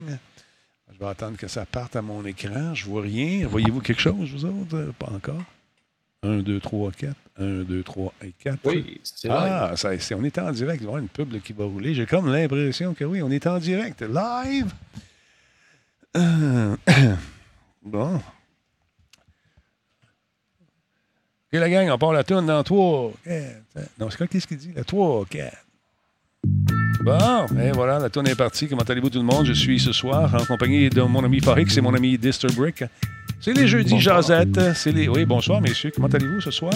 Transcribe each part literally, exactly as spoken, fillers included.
Je vais attendre que ça parte à mon écran. Je vois rien. Voyez-vous quelque chose, vous autres? Pas encore. un, deux, trois, quatre. un, deux, trois et quatre. Oui, c'est Ah, ça, c'est, on est en direct. Il va y avoir une pub là, qui va rouler. J'ai comme l'impression que oui, on est en direct. Live. Euh, bon. OK, la gang, on part la tourne dans trois, quatre. Non, c'est quoi qu'est-ce qu'il dit? La trois, quatre. Bon, et voilà, la tourne est partie. Comment allez-vous tout le monde? Je suis ce soir en compagnie de mon ami Forex et mon ami Disturbrick. C'est les jeudis Jazette. C'est les... Oui, bonsoir, messieurs. Comment allez-vous ce soir?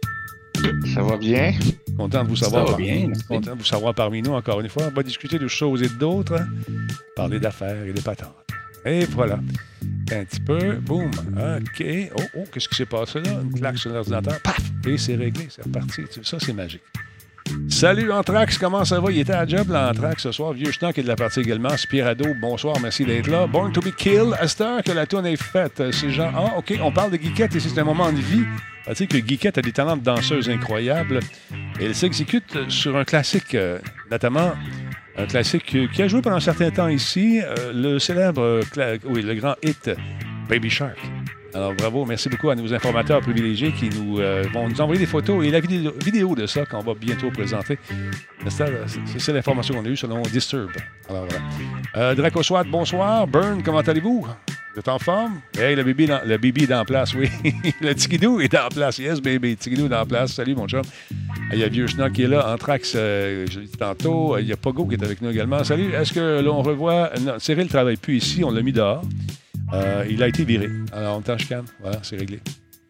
Ça va bien. Content de vous savoir. Ça va par... bien. Content de vous savoir parmi nous encore une fois. On va discuter de choses et d'autres. Hein? Parler d'affaires et de patentes. Et voilà. Un petit peu. Boum. OK. Oh, oh, qu'est-ce qui s'est passé là? Une claque sur l'ordinateur. Paf! Et c'est réglé. C'est reparti. Ça, c'est magique. Salut Anthrax, comment ça va? Il était à job, l'Anthrax, ce soir. Vieux Schnock est de la partie également. Spirado, bonsoir, merci d'être là. Born to be killed, à cette heure que la tourne est faite. C'est genre, ah, OK, on parle de Geekette et c'est un moment de vie. Tu sais que Geekette a des talents de danseuse incroyables. Et elle s'exécute sur un classique, euh, notamment un classique euh, qui a joué pendant un certain temps ici, euh, le célèbre, euh, cla- oui, le grand hit Baby Shark. Alors, bravo. Merci beaucoup à nos informateurs privilégiés qui nous euh, vont nous envoyer des photos et la vidéo, vidéo de ça qu'on va bientôt présenter. C'est, c'est, c'est l'information qu'on a eue selon Disturb. Alors, voilà. Euh, Draco Swat, bonsoir. Burn, comment allez-vous? Vous êtes en forme? Hey, le bébé, dans, le bébé est en place, oui. Le Tigidou est en place. Yes, baby. Tigidou est en place. Salut, mon chum. Il y a Vieux Schnock qui est là. Anthrax, euh, je l'ai dit tantôt. Il y a Pogo qui est avec nous également. Salut. Est-ce que l'on revoit... Non, Cyril ne travaille plus ici. On l'a mis dehors. Euh, il a été viré. Alors, on t'en chicane. Voilà, c'est réglé.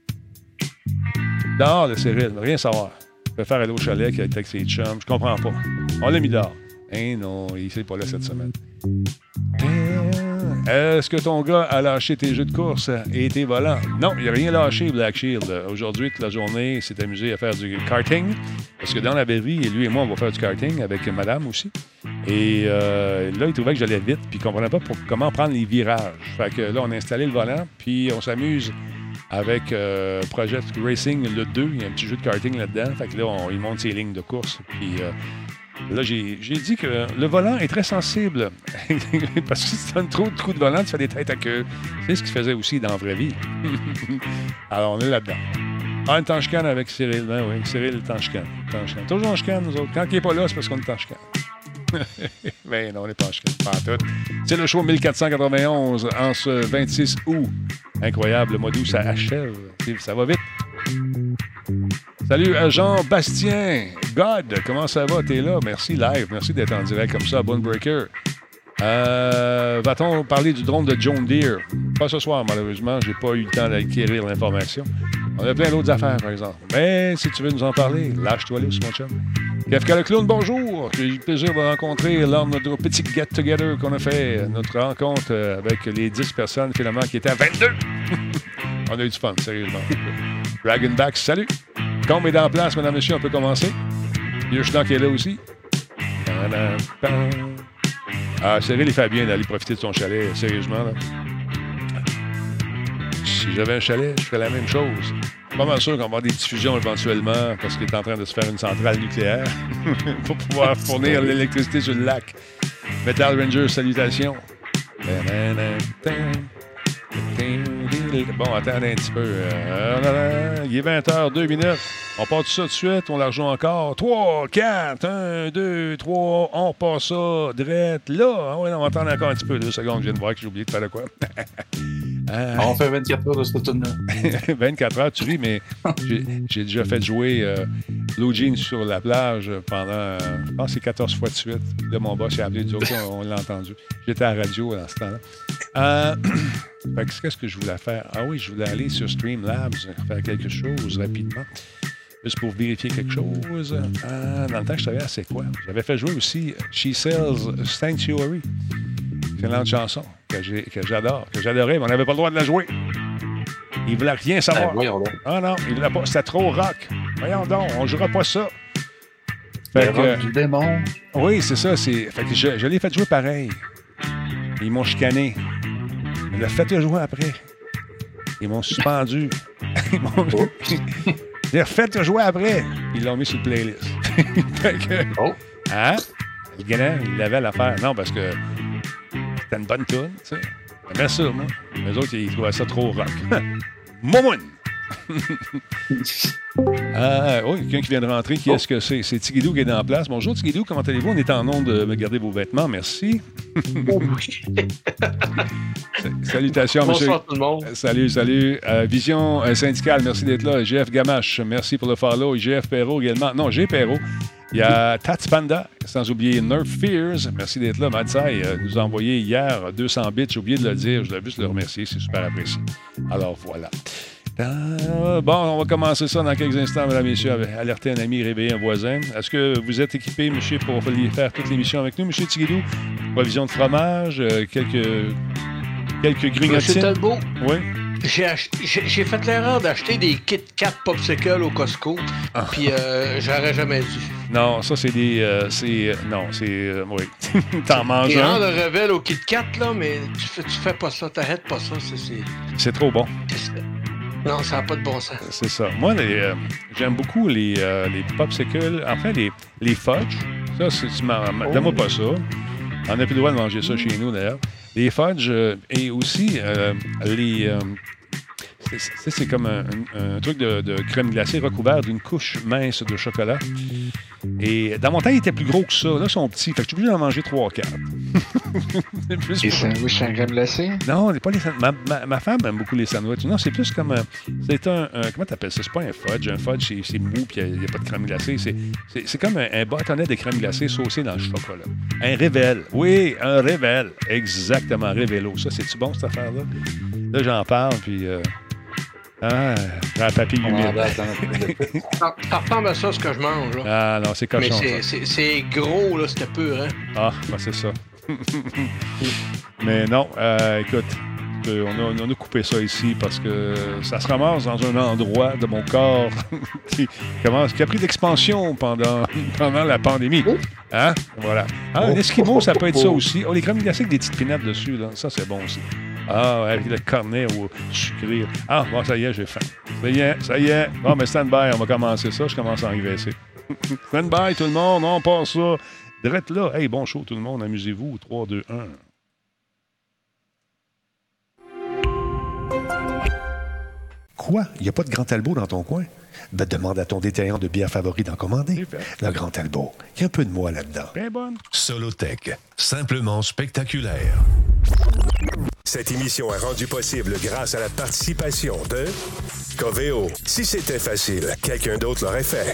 Dehors, le Cyril. Rien savoir. Il peut faire aller au chalet qui a été avec ses chums. Je comprends pas. On l'a mis dehors. Hein, non, il s'est pas là cette semaine. Est-ce que ton gars a lâché tes jeux de course et tes volants? Non, il n'a rien lâché, Black Shield. Aujourd'hui, toute la journée, il s'est amusé à faire du karting. Parce que dans la vraie vie, lui et moi, on va faire du karting avec madame aussi. Et euh, là, il trouvait que j'allais vite, puis il ne comprenait pas pour, comment prendre les virages. Fait que là, on a installé le volant, puis on s'amuse avec euh, Project Racing, le deux. Il y a un petit jeu de karting là-dedans. Fait que là, on, il monte ses lignes de course. Puis euh, là, j'ai, j'ai dit que le volant est très sensible. Parce que si tu donnes trop de trous de volant, tu fais des têtes à queue. C'est ce qu'il faisait aussi dans la vraie vie. Alors, on est là-dedans. Ah, une tanchecane avec Cyril. Ben oui, Cyril est en chicane. Toujours en chicane, nous autres. Quand il n'est pas là, c'est parce qu'on est en chicane. Ben non, on n'est pas en chicane. Pas en tout. C'est le show mille quatre cent quatre-vingt-onze en ce vingt-six août. Incroyable, le mois d'août, ça achève. Ça va vite. Salut à Jean-Bastien. God, comment ça va? T'es là? Merci, live. Merci d'être en direct comme ça, Bonebreaker. Euh, va-t-on parler du drone de John Deere? Pas ce soir, malheureusement. J'ai pas eu le temps d'acquérir l'information. On a plein d'autres affaires, par exemple. Mais si tu veux nous en parler, lâche-toi là, c'est mon chum. Kafka le clown, bonjour. J'ai eu le plaisir de rencontrer lors de notre petit get-together qu'on a fait, notre rencontre avec les dix personnes, finalement, qui étaient à vingt-deux. On a eu du fun, sérieusement. Dragonback, salut. Combe est en place, mesdames et messieurs, on peut commencer. Vieux Schnock est là aussi. Ah, Cyril, il fait bien d'aller profiter de son chalet, sérieusement. Là. Si j'avais un chalet, je ferais la même chose. Je suis pas mal sûr qu'on va avoir des diffusions éventuellement parce qu'il est en train de se faire une centrale nucléaire pour pouvoir fournir l'électricité sur le lac. Metal Ranger, salutations. Bon, attendez un petit peu. Euh, il est vingt heures, deux minutes. On part tout ça tout de suite. On la rejoint encore. trois, quatre, un, deux, trois. On part ça. Drette. Là. Ah ouais, on va attendre encore un petit peu. Deux secondes. Je viens de voir que j'ai oublié de faire de quoi. euh... On fait vingt-quatre heures de cette tune-là. vingt-quatre heures, tu ris, mais j'ai, j'ai déjà fait jouer euh, Blue Jeans sur la plage pendant, euh, je pense, c'est quatorze fois de suite. Là, mon boss s'est appelé du OK, on, on l'a entendu. J'étais à la radio dans ce temps-là. Euh, fait que qu'est-ce que je voulais faire? Ah oui, je voulais aller sur Streamlabs, faire quelque chose rapidement. Juste pour vérifier quelque chose. Euh, dans le temps que je savais, c'est quoi? J'avais fait jouer aussi She Sells Sanctuary. Excellente chanson que, j'ai, que j'adore, que j'adorais, mais on n'avait pas le droit de la jouer. Il voulait rien savoir. Ah, ah non, il voulait pas. C'était trop rock. Voyons donc, on ne jouera pas ça. Fait que, du démon. Oui, c'est ça. C'est, fait que je, je l'ai fait jouer pareil. Ils m'ont chicané. Il l'a fait jouer après. Ils m'ont suspendu. Ils m'ont... J'ai refait jouer après. Ils l'ont mis sur le playlist. Fait que... Oh. Hein? Le gars, il avait l'affaire. Non, parce que C'était une bonne tune, tu sais. J'aimais ça, moi. Les autres, ils trouvaient ça trop rock. Momoun! Ah, oh, quelqu'un qui vient de rentrer. Qui est-ce que c'est? C'est Tigidou qui est en place. Bonjour, Tigidou. Comment allez-vous? On est en onde de garder vos vêtements. Merci. Salutations, monsieur. Bonsoir tout le monde. Salut, salut. Euh, Vision euh, syndicale, merci d'être là. G F Gamache, merci pour le follow. G F Perrault également. Non, G Perrault. Il y a Tats Panda, sans oublier Nerf Fears. Merci d'être là. Madsai euh, nous a envoyé hier deux cents bits. J'ai oublié de le dire. Je voulais juste le remercier. C'est super apprécié. Alors, voilà. Euh, bon, on va commencer ça dans quelques instants, mesdames et messieurs, avec alerter un ami, réveiller un voisin. Est-ce que vous êtes équipé, monsieur, pour faire toute l'émission avec nous, monsieur Tigidou? Provision de fromage, euh, quelques, quelques grignotines. Monsieur Talbot, oui. J'ai, ach- j'ai, j'ai fait l'erreur d'acheter des Kit Kat Popsicle au Costco, ah. puis euh, j'aurais jamais dû. Non, ça, c'est des... Euh, c'est... Non, c'est... Euh, oui. T'en manges un. un. de révèle au Kit Kat, là, mais tu fais, tu fais pas ça, t'arrêtes pas ça, c'est... C'est, c'est trop bon. C'est... Non, ça n'a pas de bon sens. C'est ça. Moi, les, euh, j'aime beaucoup les, euh, les popsicles. Enfin, les, les fudge. Ça, c'est, tu m'en, oh. Donne-moi pas ça. On n'a plus le droit de manger ça chez nous, d'ailleurs. Les fudge euh, et aussi euh, les... Euh, c'est, c'est, c'est comme un, un, un truc de, de crème glacée recouvert d'une couche mince de chocolat. Et dans mon temps, il était plus gros que ça. Là, ils sont petits. Fait que je suis obligé d'en manger trois quatre. Les sandwichs en crème glacée? Non, pas les sandwichs. Ma, ma, ma femme aime beaucoup les sandwichs. Non, c'est plus comme un... C'est un... un comment t'appelles ça? C'est pas un fudge. Un fudge, c'est, c'est mou puis il n'y a, a pas de crème glacée. C'est, c'est, c'est comme un, un bâtonnet de crème glacée saucé dans le chocolat. Un révèle. Oui, un révèle. Exactement, révélo. Ça, c'est-tu bon, cette affaire-là? Là, j'en parle, puis... Euh... Ah, la papille humide. Ça, ça ressemble à ça, ce que je mange. Là. Ah non, c'est cochon. Mais c'est, c'est, c'est gros, là, c'était pur, hein? Ah, ben c'est ça. Mais non, euh, écoute, on a, on a coupé ça ici parce que ça se ramasse dans un endroit de mon corps qui, commence, qui a pris d'expansion pendant, pendant la pandémie. Hein? Voilà. Ah, un Esquimau, ça peut être ça aussi. Oh, les crèmes glacées avec des petites pinattes dessus, là. Ça, c'est bon aussi. Ah, avec le cornet au sucré. Ah, bon, ça y est, j'ai faim. Ça y est, ça y est. Bon, mais stand-by, on va commencer ça. Je commence à engraisser. Stand-by, tout le monde, on passe ça. Drette là. Hey, bon show, tout le monde. Amusez-vous. trois, deux, un. Quoi? Il n'y a pas de Grand Talbot dans ton coin? Ben, demande à ton détaillant de bière favori d'en commander. Le Grand Talbot. Il y a un peu de moi là-dedans. Bien bonne. Solotech. Simplement spectaculaire. Cette émission est rendue possible grâce à la participation de Coveo. Si c'était facile, quelqu'un d'autre l'aurait fait.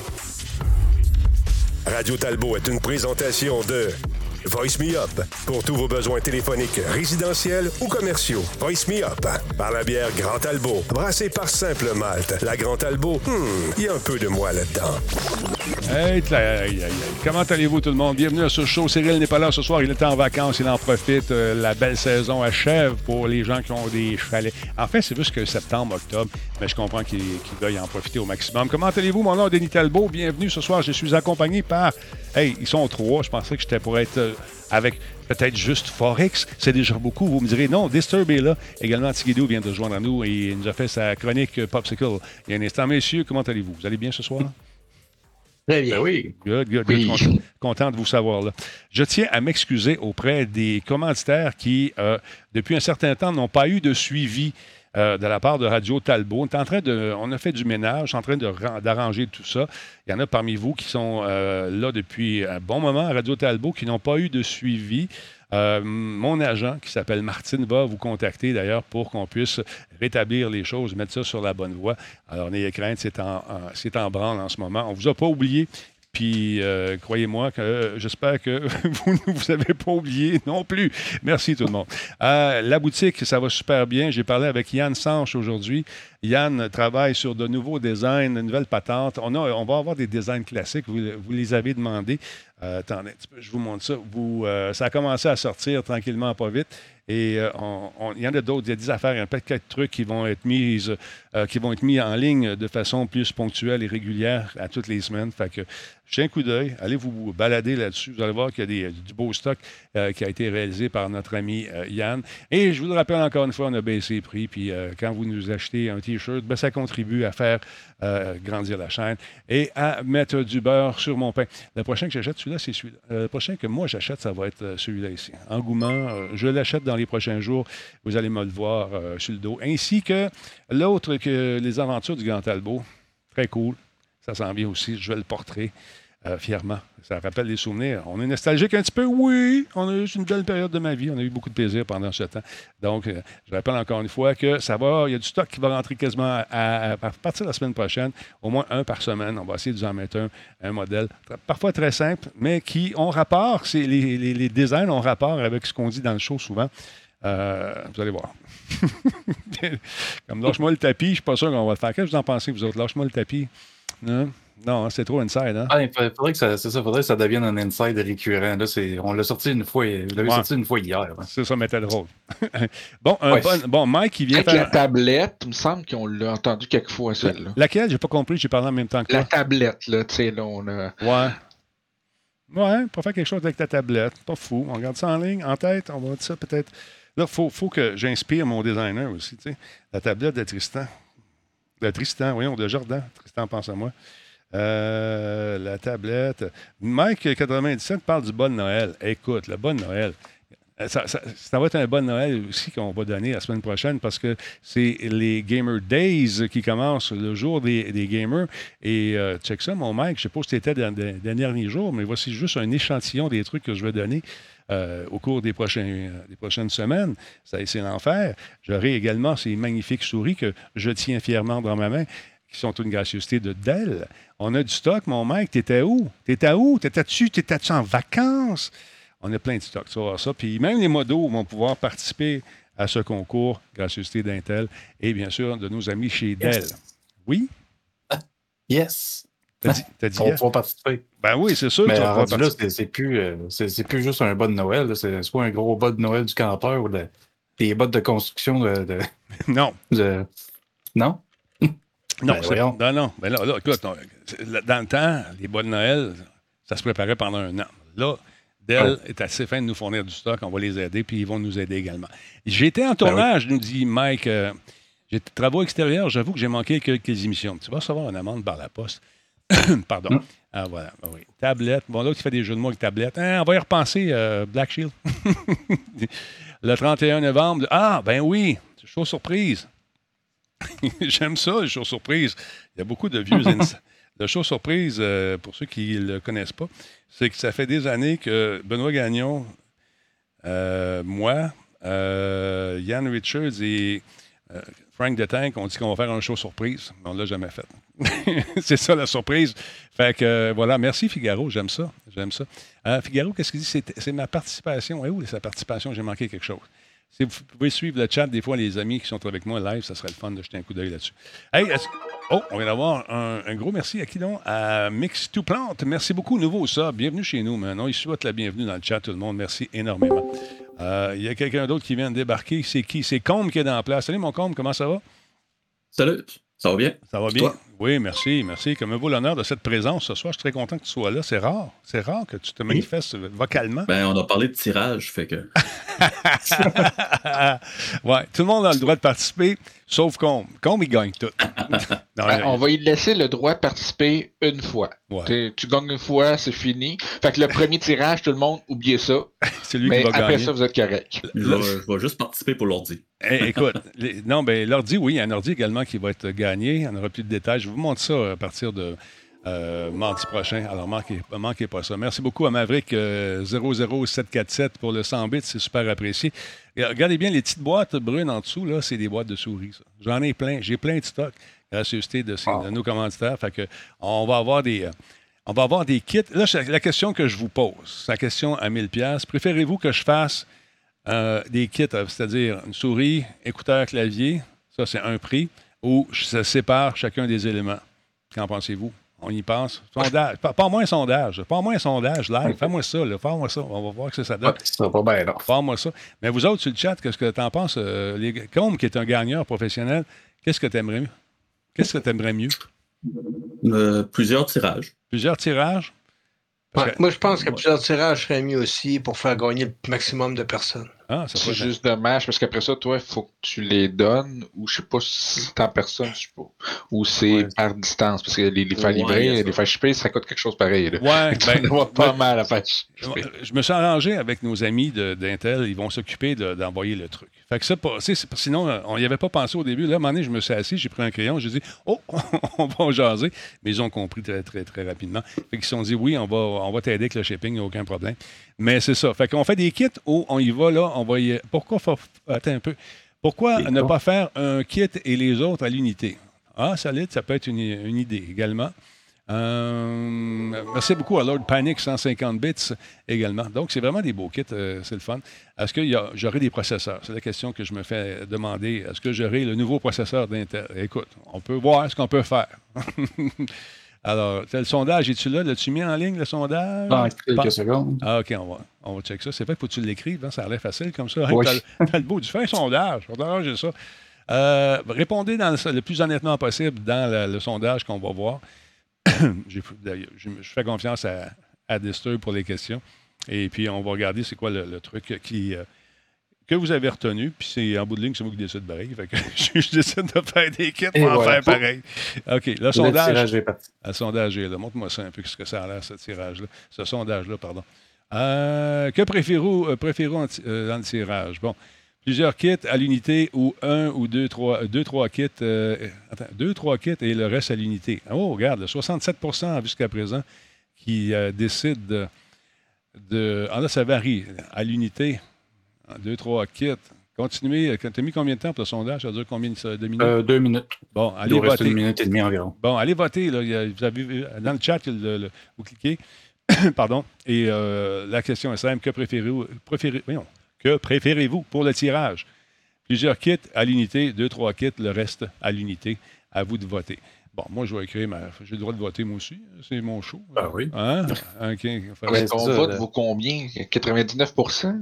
Radio Talbot est une présentation de Voice Me Up. Pour tous vos besoins téléphoniques, résidentiels ou commerciaux. Voice Me Up. Par la bière Grand Talbot. Brassée par Simple Malte. La Grand Talbot, hmm, il y a un peu de moi là-dedans. Hey, hey, hey, hey. Comment allez-vous tout le monde? Bienvenue à ce show. Cyril n'est pas là ce soir. Il est en vacances. Il en profite. Euh, la belle saison achève pour les gens qui ont des chalets. En fait, c'est juste que septembre, octobre. Mais je comprends qu'il, qu'il doit y en profiter au maximum. Comment allez-vous? Mon nom est Denis Talbot. Bienvenue ce soir. Je suis accompagné par... Hey, ils sont trois. Je pensais que j'étais pour être... Euh, avec peut-être juste Forex, c'est déjà beaucoup. Vous me direz, non, Disturb est là. Également, Tigidou vient de se joindre à nous et il nous a fait sa chronique Popsicle il y a un instant. Messieurs, comment allez-vous? Vous allez bien ce soir? Très bien. Ben oui. Good, good, oui. good. Content, content de vous savoir là. Je tiens à m'excuser auprès des commanditaires qui, euh, depuis un certain temps, n'ont pas eu de suivi Euh, de la part de Radio Talbot. On est en train de, on a fait du ménage, on est en train de, d'arranger tout ça. Il y en a parmi vous qui sont euh, là depuis un bon moment à Radio Talbot, qui n'ont pas eu de suivi. Euh, mon agent, qui s'appelle Martine, va vous contacter d'ailleurs pour qu'on puisse rétablir les choses, mettre ça sur la bonne voie. Alors, n'ayez crainte, c'est en, en, c'est en branle en ce moment. On ne vous a pas oublié. Puis, euh, croyez-moi que euh, j'espère que vous ne vous avez pas oublié non plus. Merci tout le monde. Euh, la boutique, ça va super bien. J'ai parlé avec Yann Sanche aujourd'hui. Yann travaille sur de nouveaux designs, de nouvelles patentes. On, a, on va avoir des designs classiques. Vous, vous les avez demandés. Euh, attendez un petit peu, je vous montre ça. Vous, euh, ça a commencé à sortir tranquillement, pas vite. Et euh, on, on, il y en a d'autres, il y a des affaires, il y a un paquet de trucs qui vont être mis, euh, qui vont être mis en ligne de façon plus ponctuelle et régulière à toutes les semaines. Fait que jetez un coup d'œil, allez vous balader là-dessus. Vous allez voir qu'il y a des, du beau stock euh, qui a été réalisé par notre ami euh, Yann. Et je vous le rappelle encore une fois, on a baissé les prix. Puis euh, quand vous nous achetez un T-shirt T-shirts, ben, ça contribue à faire euh, grandir la chaîne et à mettre du beurre sur mon pain. Le prochain que j'achète, celui-là, c'est celui-là. Euh, le prochain que moi j'achète, ça va être euh, celui-là ici. Engouement, euh, je l'achète dans les prochains jours. Vous allez me le voir euh, sur le dos. Ainsi que l'autre, que les aventures du Grand Talbot. Très cool. Ça s'en vient aussi. Je vais le porter euh, fièrement. Ça rappelle des souvenirs. On est nostalgique un petit peu, oui. On a eu une belle période de ma vie. On a eu beaucoup de plaisir pendant ce temps. Donc, euh, je rappelle encore une fois que ça va. Il y a du stock qui va rentrer quasiment à, à, à partir de la semaine prochaine. Au moins un par semaine. On va essayer de vous en mettre un, un modèle. Parfois très simple, mais qui ont rapport. C'est les, les, les designs ont rapport avec ce qu'on dit dans le show souvent. Euh, vous allez voir. Comme lâche-moi le tapis, je ne suis pas sûr qu'on va le faire. Qu'est-ce que vous en pensez, vous autres? Lâche-moi le tapis. Non, non, c'est trop inside. Hein? Ah, il faudrait que ça, c'est ça, faudrait que ça devienne un inside récurrent. Là, c'est, on l'a sorti une fois, vous l'avez ouais. sorti une fois hier. Hein. C'est ça, mettait drôle. bon, un ouais. bon, bon, Mike, qui vient Avec faire... la tablette, il me semble qu'on l'a entendu quelques fois, celle-là. Laquelle? J'ai pas compris, j'ai parlé en même temps que toi. La tablette, là, tu sais, là, on a... Ouais. Ouais, pour faire quelque chose avec ta tablette. Pas fou. On regarde ça en ligne, en tête, on va dire ça peut-être... Là, il faut, faut que j'inspire mon designer aussi. Tu sais. La tablette de Tristan. De Tristan, voyons, de Jordan. Tristan pense à moi. Euh, la tablette. Mike quatre-vingt-dix-sept parle du bon Noël. Écoute, le bon Noël. Ça, ça, ça va être un bon Noël aussi qu'on va donner la semaine prochaine parce que c'est les Gamer Days qui commencent le jour des, des gamers. Et euh, check ça, mon Mike. Je ne sais pas si c'était dans les derniers jours, mais voici juste un échantillon des trucs que je vais donner. Euh, au cours des, prochains, euh, des prochaines semaines. Ça, c'est l'enfer. J'aurai également ces magnifiques souris que je tiens fièrement dans ma main, qui sont une gracieuseté de Dell. On a du stock, mon mec. T'étais où? T'étais où? T'étais-tu? T'étais-tu en vacances? On a plein de stock. Tu vas voir ça. Puis même les modos vont pouvoir participer à ce concours, gracieuseté d'Intel, et bien sûr de nos amis chez Dell. Yes. Oui? Yes! T'as dit, t'as dit on yes? va participer. Ben oui, c'est sûr. Mais tu vas rendu là, participer. c'est, c'est, plus, euh, c'est, c'est plus juste un bas de Noël. Là. C'est soit un gros bas de Noël du campeur ou de, des bas de construction de... de non. De, non? Non, ben, c'est, non, non. Ben là, là, écoute, non, dans le temps, les bas de Noël, ça se préparait pendant un an. Là, Dell oh. est assez fin de nous fournir du stock. On va les aider, puis ils vont nous aider également. J'étais en tournage, ben oui. nous dit Mike. Euh, j'ai travaux extérieurs. J'avoue que j'ai manqué quelques émissions. Tu vas recevoir une amende par la poste. Pardon. Hum. Ah, voilà. Ah, oui. Tablette. Bon, l'autre, il fait des jeux de mots avec tablette. Hein, on va y repenser, euh, Black Shield. Le trente et un novembre. Ah, ben oui. C'est show surprise. J'aime ça, le show surprise. Il y a beaucoup de vieux ins- Le show surprise, euh, pour ceux qui ne le connaissent pas, c'est que ça fait des années que Benoît Gagnon, euh, moi, euh, Yann Richards et euh, Frank de Tank ont dit qu'on va faire un show surprise. Mais on ne l'a jamais fait. C'est ça la surprise. Fait que euh, voilà, merci Figaro, j'aime ça. J'aime ça. Euh, Figaro, qu'est-ce qu'il dit? C'est, c'est ma participation. Et où est sa participation? J'ai manqué quelque chose. Si vous pouvez suivre le chat, des fois, les amis qui sont avec moi live, ça serait le fun de jeter un coup d'œil là-dessus. Hey, est-ce... Oh, on vient d'avoir un, un gros merci à qui donc? À Mix to Plant. Merci beaucoup, nouveau ça. Bienvenue chez nous maintenant. Il souhaite la bienvenue dans le chat, tout le monde. Merci énormément. Euh, il y a quelqu'un d'autre qui vient de débarquer. C'est qui? C'est Combe qui est dans la place. Salut, mon Combe, comment ça va? Salut, ça va bien? Ça va bien? Toi? Oui, merci, merci. Comme me vaut l'honneur de cette présence ce soir, je suis très content que tu sois là. C'est rare, c'est rare que tu te manifestes oui. vocalement. Ben, on a parlé de tirage, fait que... ouais, tout le monde a le droit de participer, sauf Combe. Combe, il gagne tout. Non, ben, on va y laisser le droit de participer une fois. Ouais. Tu gagnes une fois, c'est fini. Fait que le premier tirage, tout le monde, oubliez ça. C'est lui mais qui va après gagner. Après ça, vous êtes correct. Je vais, je vais juste participer pour l'ordi. Eh, écoute, les, non, ben l'ordi, oui, il y a un ordi également qui va être gagné. Il y en aura plus de détails. Je vous montre ça à partir de euh, mardi prochain. Alors, manquez, manquez pas ça. Merci beaucoup à Maverick euh, zéro zéro sept quatre sept pour le cent bits. C'est super apprécié. Et regardez bien les petites boîtes brunes en dessous. Là, c'est des boîtes de souris. Ça. J'en ai plein. J'ai plein de stock. Gracieuseté de, de nos commanditaires. Fait que on va avoir des... Euh, On va avoir des kits. Là, la question que je vous pose, c'est la question à mille dollars. Préférez-vous que je fasse euh, des kits, c'est-à-dire une souris, écouteur, clavier, ça c'est un prix, ou je sépare chacun des éléments? Qu'en pensez-vous? On y pense? Sondage. Pas, pas moins un sondage. Pas moins un sondage live. Fais-moi ça, là. Fais-moi ça. On va voir ce que ça donne. Ouais, ça va bien, non. Fais-moi ça. Mais vous autres, sur le chat, qu'est-ce que tu en penses? Euh, les... Combe, qui est un gagneur professionnel, qu'est-ce que tu aimerais mieux? Qu'est-ce que tu aimerais mieux? Euh, plusieurs tirages. Plusieurs tirages? Ouais, que... Moi, je pense que ouais. plusieurs tirages serait mieux aussi pour faire gagner le maximum de personnes. Ah, ça c'est peut juste dommage parce qu'après ça, toi, il faut que tu les donnes ou je sais pas si c'est en personne, je sais pas. Ou c'est Ouais. par distance parce que les, les faire Ouais, livrer, il y a ça. les faire shipper, ça coûte quelque chose pareil. Là. Ouais, Tu ben, vas en avoir pas ouais. mal à faire shipper. Je me suis arrangé avec nos amis de- d'Intel. Ils vont s'occuper de- d'envoyer le truc. Fait que ça, pas- c'est- c'est- sinon, on n'y avait pas pensé au début. Là, à un moment donné, je me suis assis, j'ai pris un crayon, j'ai dit « Oh, on va jaser. » Mais ils ont compris très, très, très rapidement. Fait qu'ils se sont dit « Oui, on va, on va t'aider avec le shipping, il n'y a aucun problème. » Mais c'est ça. Fait qu'on fait des kits où on y va, là, on va y... Pourquoi... Faut... Attends un peu. Pourquoi Et ne bon. pas faire un kit et les autres à l'unité? Ah, solide, ça peut être une, une idée également. Euh, merci beaucoup à Lord Panic, cent cinquante bits également. Donc, c'est vraiment des beaux kits, euh, c'est le fun. Est-ce que y a- j'aurai des processeurs? C'est la question que je me fais demander. Est-ce que j'aurai le nouveau processeur d'Intel? Écoute, on peut voir ce qu'on peut faire. Alors, le sondage, es-tu là? L'as-tu mis en ligne, le sondage? Dans quelques Pas- secondes. Ah, OK, on va, on va check ça. C'est vrai qu'il faut que tu l'écrives, hein? Ça a l'air facile comme ça. Hey, Oui. t'as, le- t'as le beau du fin sondage. On va t'arranger ça. Euh, répondez dans le, le plus honnêtement possible dans le, le sondage qu'on va voir. J'ai- d'ailleurs, je, je fais confiance à, à Disturb pour les questions. Et puis, on va regarder c'est quoi le, le truc qui, euh, que vous avez retenu. Puis, c'est en bout de ligne, c'est moi qui décide pareil. Fait que je, je décide de faire des kits Et pour en voilà. faire pareil. OK, le Le sondage. tirage est parti. Le sondage est là. Montre-moi ça un peu, ce que ça a l'air, ce tirage-là. Ce sondage-là, pardon. Euh, que préférez-vous, euh, préférez-vous en ti- euh, dans le tirage? Bon, plusieurs kits à l'unité ou un ou deux, trois, deux, trois kits. euh, attends, deux, trois kits et le reste à l'unité. Oh, regarde, le soixante-sept pour cent jusqu'à présent qui euh, décide de, de. Ah là, ça varie. À l'unité, en deux, trois kits. Continuez. Tu as mis combien de temps pour le sondage? Ça dure combien de de minutes? Euh, deux minutes. Bon, Il allez nous reste voter. une minute et demie environ. Bon, allez voter. Là. Il y a- vous avez vu, dans le chat, il y a le- le- vous cliquez. Pardon. Et euh, la question est simple. Que préférez-vous, préférez, voyons, que préférez-vous pour le tirage? Plusieurs kits à l'unité, deux, trois kits, le reste à l'unité. À vous de voter. Bon, moi, je vais écrire, ma... j'ai le droit de voter moi aussi. C'est mon show. Ah oui. Hein? OK. Enfin, Ouais, Mais ton c'est ça, vote là. vaut combien? quatre-vingt-dix-neuf pour cent?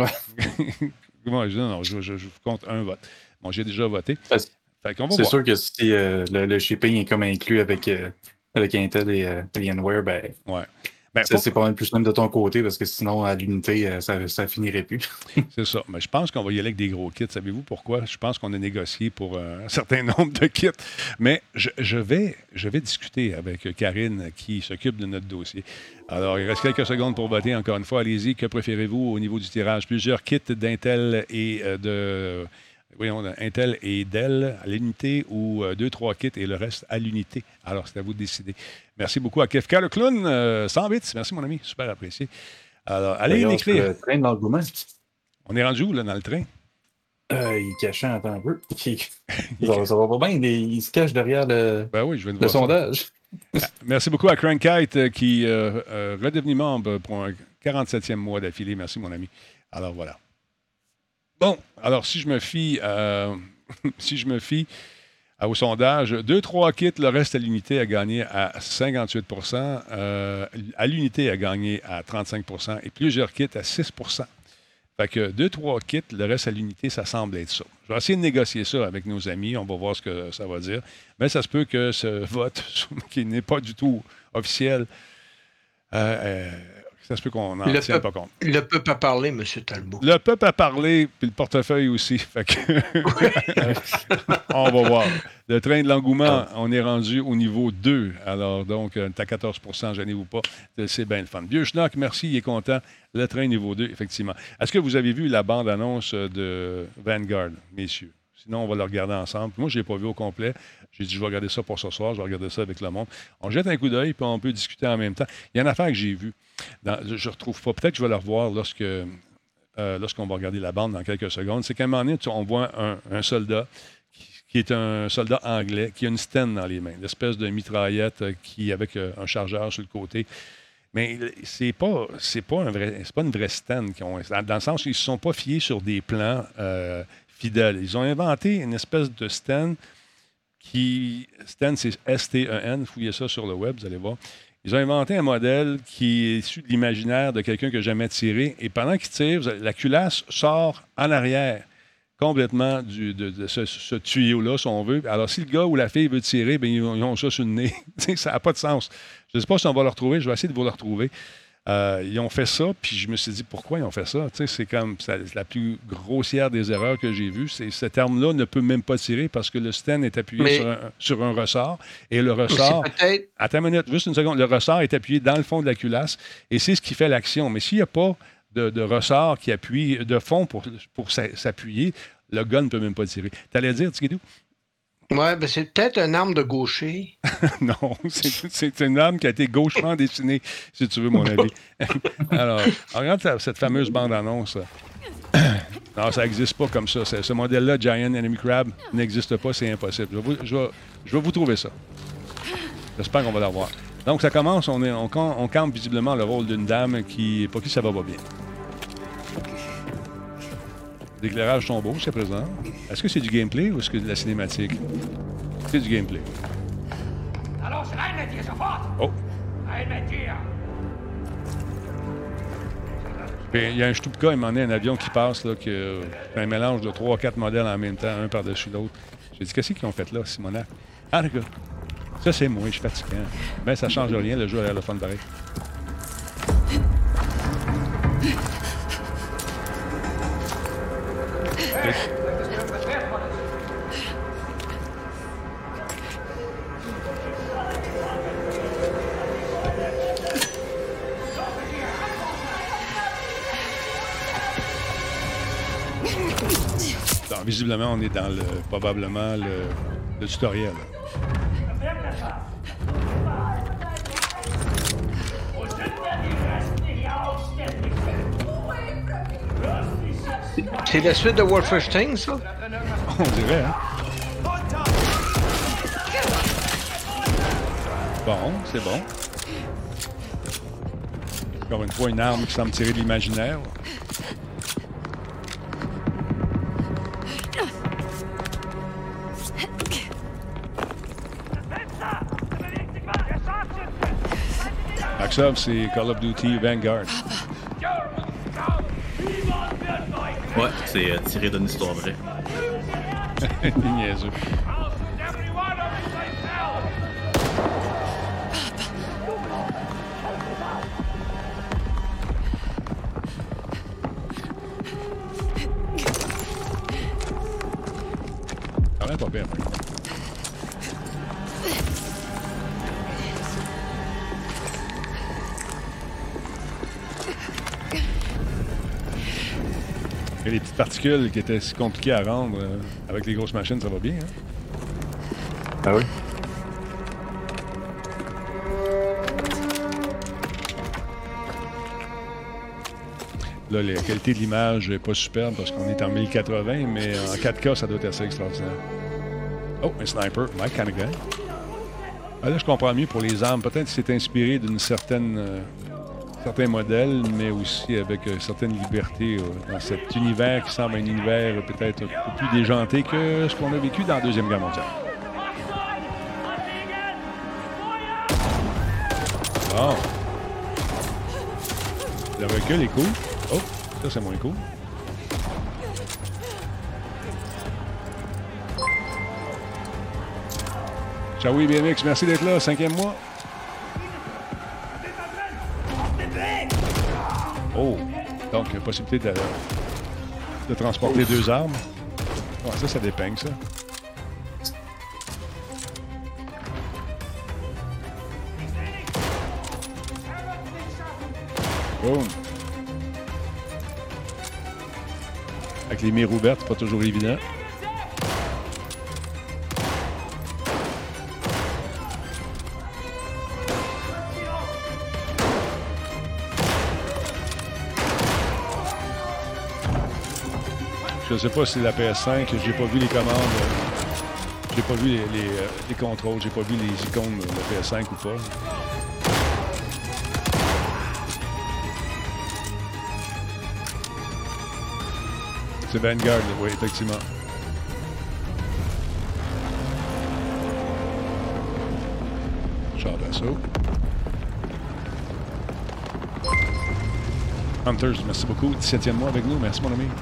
moi, je, non, je, je- je vous compte un vote. Bon, j'ai déjà voté. Parce- Fait qu'on va C'est voir. sûr que si euh, le, le shipping est comme inclus avec, euh, avec Intel et euh, Alienware, ben, Ouais. Ben, ça, pour- c'est pas mal plus simple de ton côté parce que sinon, à l'unité, euh, ça, ça finirait plus. C'est ça. Mais je pense qu'on va y aller avec des gros kits. Savez-vous pourquoi? Je pense qu'on a négocié pour euh, un certain nombre de kits. Mais je, je vais, je vais discuter avec Karine qui s'occupe de notre dossier. Alors, il reste quelques secondes pour voter. Encore une fois, allez-y. Que préférez-vous au niveau du tirage? Plusieurs kits d'Intel et euh, de... Voyons, Intel et Dell à l'unité ou euh, deux, trois kits et le reste à l'unité. Alors, c'est à vous de décider. Merci beaucoup à Kefka le clown. euh, cent bits. Merci, mon ami. Super apprécié. Alors, allez D'ailleurs, l'écrire. Le train de l'engouement, On est rendu où, là, dans le train? euh, il cachait un peu un peu. ça, ça va pas bien, il, il se cache derrière le, Ben oui, je viens de le voir ça. sondage. Merci beaucoup à Crankite euh, qui euh, euh, redevenu membre pour un quarante-septième mois d'affilée. Merci, mon ami. Alors, voilà. Bon, alors, si je me fie, euh, si je me fie à- au sondage, deux, trois kits, le reste à l'unité a gagné à cinquante-huit pour cent, euh, à l'unité a gagné à trente-cinq pour cent et plusieurs kits à six pour cent. Fait que deux, trois kits, le reste à l'unité, ça semble être ça. Je vais essayer de négocier ça avec nos amis. On va voir ce que ça va dire. Mais ça se peut que ce vote, qui n'est pas du tout officiel, euh, euh, ça se peut qu'on n'en Le tienne peuple- pas compte. Le peuple a parlé, M. Talbot. Le peuple a parlé, puis le portefeuille aussi. Fait que on va voir. Le train de l'engouement, on est rendu au niveau deux. Alors, donc, euh, t'as quatorze pour cent, gênez-vous pas. C'est bien le fun. Vieux Schnock, merci, il est content. Le train niveau deux, effectivement. Est-ce que vous avez vu la bande-annonce de Vanguard, messieurs? Sinon, on va le regarder ensemble. Moi, je ne l'ai pas vu au complet. J'ai dit, je vais regarder ça pour ce soir. Je vais regarder ça avec le monde. On jette un coup d'œil, puis on peut discuter en même temps. Il y a une affaire que j'ai vue. Dans- je ne retrouve pas. Peut-être que je vais la revoir lorsque, euh, lorsqu'on va regarder la bande dans quelques secondes. C'est qu'à un moment donné, tu- on voit un, un soldat qui, qui est un soldat anglais qui a une Sten dans les mains, une espèce de mitraillette euh, qui, avec euh, un chargeur sur le côté. Mais c'est pas, c'est pas, un vrai, c'est pas une vraie Sten. Qui ont, dans, dans le sens où ils ne se sont pas fiés sur des plans euh, fidèles. Ils ont inventé une espèce de Sten qui... Sten, c'est S T E N. Fouillez ça sur le web, vous allez voir. Ils ont inventé un modèle qui est issu de l'imaginaire de quelqu'un qui n'a jamais tiré. Et pendant qu'il tire, vous avez- la culasse sort en arrière complètement du, de, de ce, ce tuyau-là, si on veut. Alors, si le gars ou la fille veut tirer, bien, ils, ont, ils ont ça sur le nez. Tu sais, ça n'a pas de sens. Je ne sais pas si on va le retrouver. Je vais essayer de vous le retrouver. Euh, ils ont fait ça, puis je me suis dit, pourquoi ils ont fait ça? Tu sais, c'est comme c'est la plus grossière des erreurs que j'ai vues. C'est, cette arme-là ne peut même pas tirer parce que le stand est appuyé Mais... sur, un, sur un ressort. Et le ressort... Attends une minute, juste une seconde. Le ressort est appuyé dans le fond de la culasse et c'est ce qui fait l'action. Mais s'il n'y a pas de, de ressort qui appuie, de fond pour, pour s'appuyer, le gun ne peut même pas tirer. T'allais dire, Tigidou? Ouais, ben c'est peut-être une arme de gaucher. Non, c'est, c'est une arme qui a été gauchement dessinée, si tu veux mon avis. Alors, regarde cette fameuse bande-annonce. Non, ça n'existe pas comme ça. Ce modèle-là, Giant Enemy Crab, n'existe pas, c'est impossible. Je vais, vous, je, vais, je vais vous trouver ça. J'espère qu'on va l'avoir. Donc, ça commence, on, est, on, on campe visiblement le rôle d'une dame qui, pour qui ça va pas bien. Les éclairages sont beaux jusqu'à présent. Est-ce que c'est du gameplay ou est-ce que c'est de la cinématique? C'est du gameplay. Oh! Il y a un Stuka, il m'en est un avion qui passe, là, qui euh, un mélange de trois quatre modèles en même temps, un par-dessus l'autre. J'ai dit, qu'est-ce qu'ils ont fait là, Simonac? Ah, les gars, ça c'est moi, je suis fatiguant. Ben, ça change rien, le jeu a l'air le fun pareil. Donc, visiblement, on est dans le probablement le, le tutoriel. C'est la suite de Wolfenstein, ça? On dirait, hein? Bon, c'est bon. Encore une fois, une arme qui semble tirer de l'imaginaire. Maxov, c'est Call of Duty Vanguard. Ouais, c'est euh, tiré d'une histoire vraie. Niaiseux. Quand même pas bien, moi. Et les petites particules qui étaient si compliquées à rendre, euh, avec les grosses machines, ça va bien, hein? Ah oui? Là, la qualité de l'image n'est pas superbe parce qu'on est en mille quatre-vingts, mais en quatre K, ça doit être assez extraordinaire. Oh, un sniper, my kind of guy. Ah, là, je comprends mieux pour les armes. Peut-être que c'est inspiré d'une certaine... Euh, certains modèles, mais aussi avec euh, certaines libertés euh, dans cet univers qui semble un univers euh, peut-être un peu plus déjanté que ce qu'on a vécu dans la Deuxième Guerre mondiale. Bon. Le recul est cool. Oh, ça c'est moins cool. Ciao, oui, B M X, merci d'être là, cinquième mois. Oh, donc possibilité de, de transporter deux armes. Ouais, ça, ça dépeigne, ça. Boom. Avec les mires ouvertes, c'est pas toujours évident. Je sais pas si c'est la P S cinq, j'ai pas vu les commandes, j'ai pas vu les, les, les contrôles, j'ai pas vu les icônes de la P S cinq ou pas. C'est Vanguard, oui, effectivement. Char d'assaut. Hunters, merci beaucoup. dix-septième mois avec nous, merci mon ami.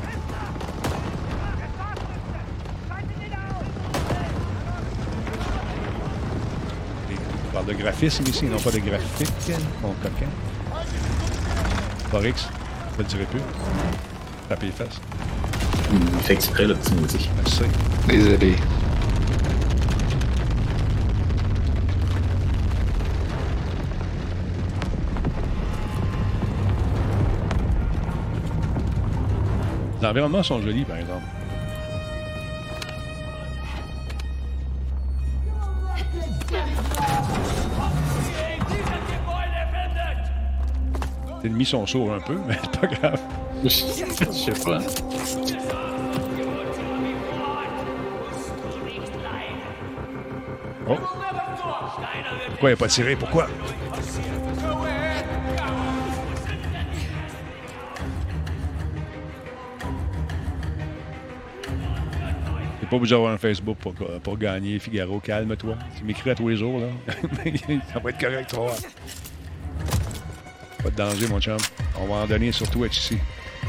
On parle de graphisme ici, non pas de graphique. Bon, coquin. Porix, je te le dirai plus. Taper les fesses. Il fait exprès, le petit maudit. Je sais. Désolé. Les environnements sont jolis, par exemple. Les ennemis sont sourds un peu, mais c'est pas grave. Je sais pas. Oh! Pourquoi il n'a pas tiré? Pourquoi? T'es pas obligé d'avoir un Facebook pour, pour gagner, Figaro. Calme-toi. Tu m'écris à tous les jours, là. Ça va être correct, tu vas voir. Pas de danger, mon chum. On va en donner surtout être ici.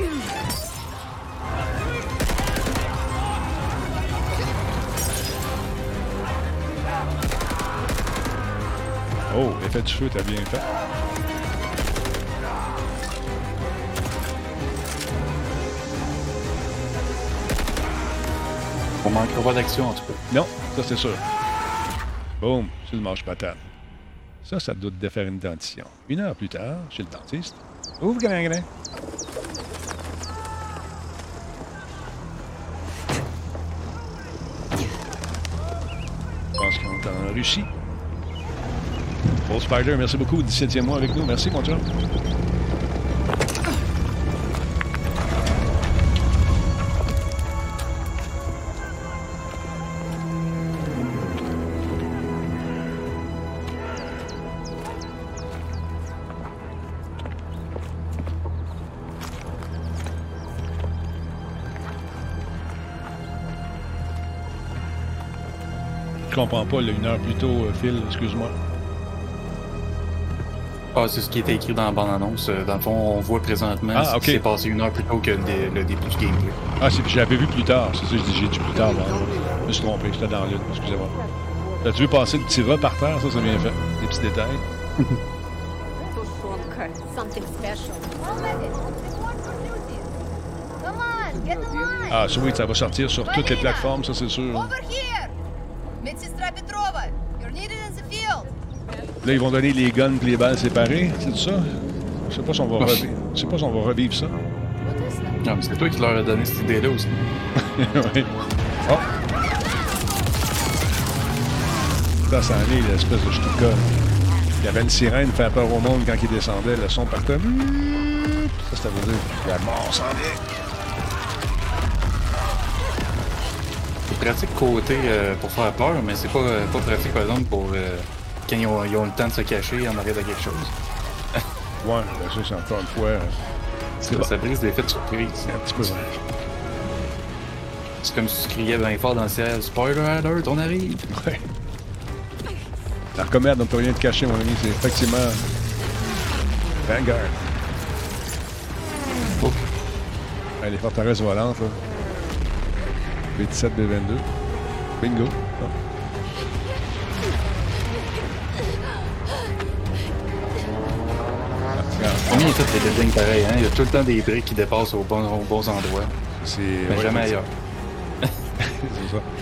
Oh, l'effet du feu, t'as bien fait. On manquera pas d'action, en tout cas. Non, ça c'est sûr. Boum, sur le manche-patate. Ça, ça doit te faire une dentition. Une heure plus tard, chez le dentiste. Ouvre, grand, grand. Je pense qu'on est en Russie. Paul Spider, merci beaucoup. dix-septième mois avec nous. Merci, mon chum. Je comprends pas, là, une heure plus tôt, euh, Phil, excuse-moi. Ah, c'est ce qui était écrit dans la bande-annonce. Dans le fond, on voit présentement ah, ce okay. qui s'est passé une heure plus tôt que le, dé, le début du gameplay. Ah, c'est, j'avais vu plus tard. C'est ça, je dis, j'ai dit plus tard. Bon, je me suis trompé, j'étais dans l'une, excusez-moi. T'as-tu vu passer le petit rat par terre? Ça, c'est bien fait. Des petits détails. Ah, ça, oui, ça va sortir sur toutes les plateformes, ça, c'est sûr. Là, ils vont donner les guns et les balles séparées, c'est ça? Je sais pas si on va revivre, je sais pas si on va revivre ça. Non, mais c'est toi qui leur as donné cette idée-là aussi. Oui. Oh! Ça, ça en est, l'espèce de stuka. Il y avait une sirène qui fait peur au monde quand il descendait, le son partait. Ça, ça veut dire que la mort s'en vient. C'est pratique côté euh, pour faire peur, mais c'est pas, euh, pas pratique, par exemple, pour... Euh... quand ils ont, ils ont le temps de se cacher en arrière de quelque chose. Ouais, ben ça, c'est encore une fois... Euh, c'est ça, ça brise l'effet de surprise. C'est un petit peu vrai. C'est comme si tu criais bien fort dans le ciel. Spoiler alert, on arrive! Ouais. La commère n'a pas rien de caché, mon ami. C'est effectivement... Vanguard. Oh. Ouais, les forteresses volantes, là. B dix-sept, B vingt-deux. Bingo. Oh. On y a toutes les buildings pareils, hein? Il y a tout le temps des briques qui dépassent aux bons, aux bons endroits. C'est... Mais ouais, jamais ailleurs. C'est ça.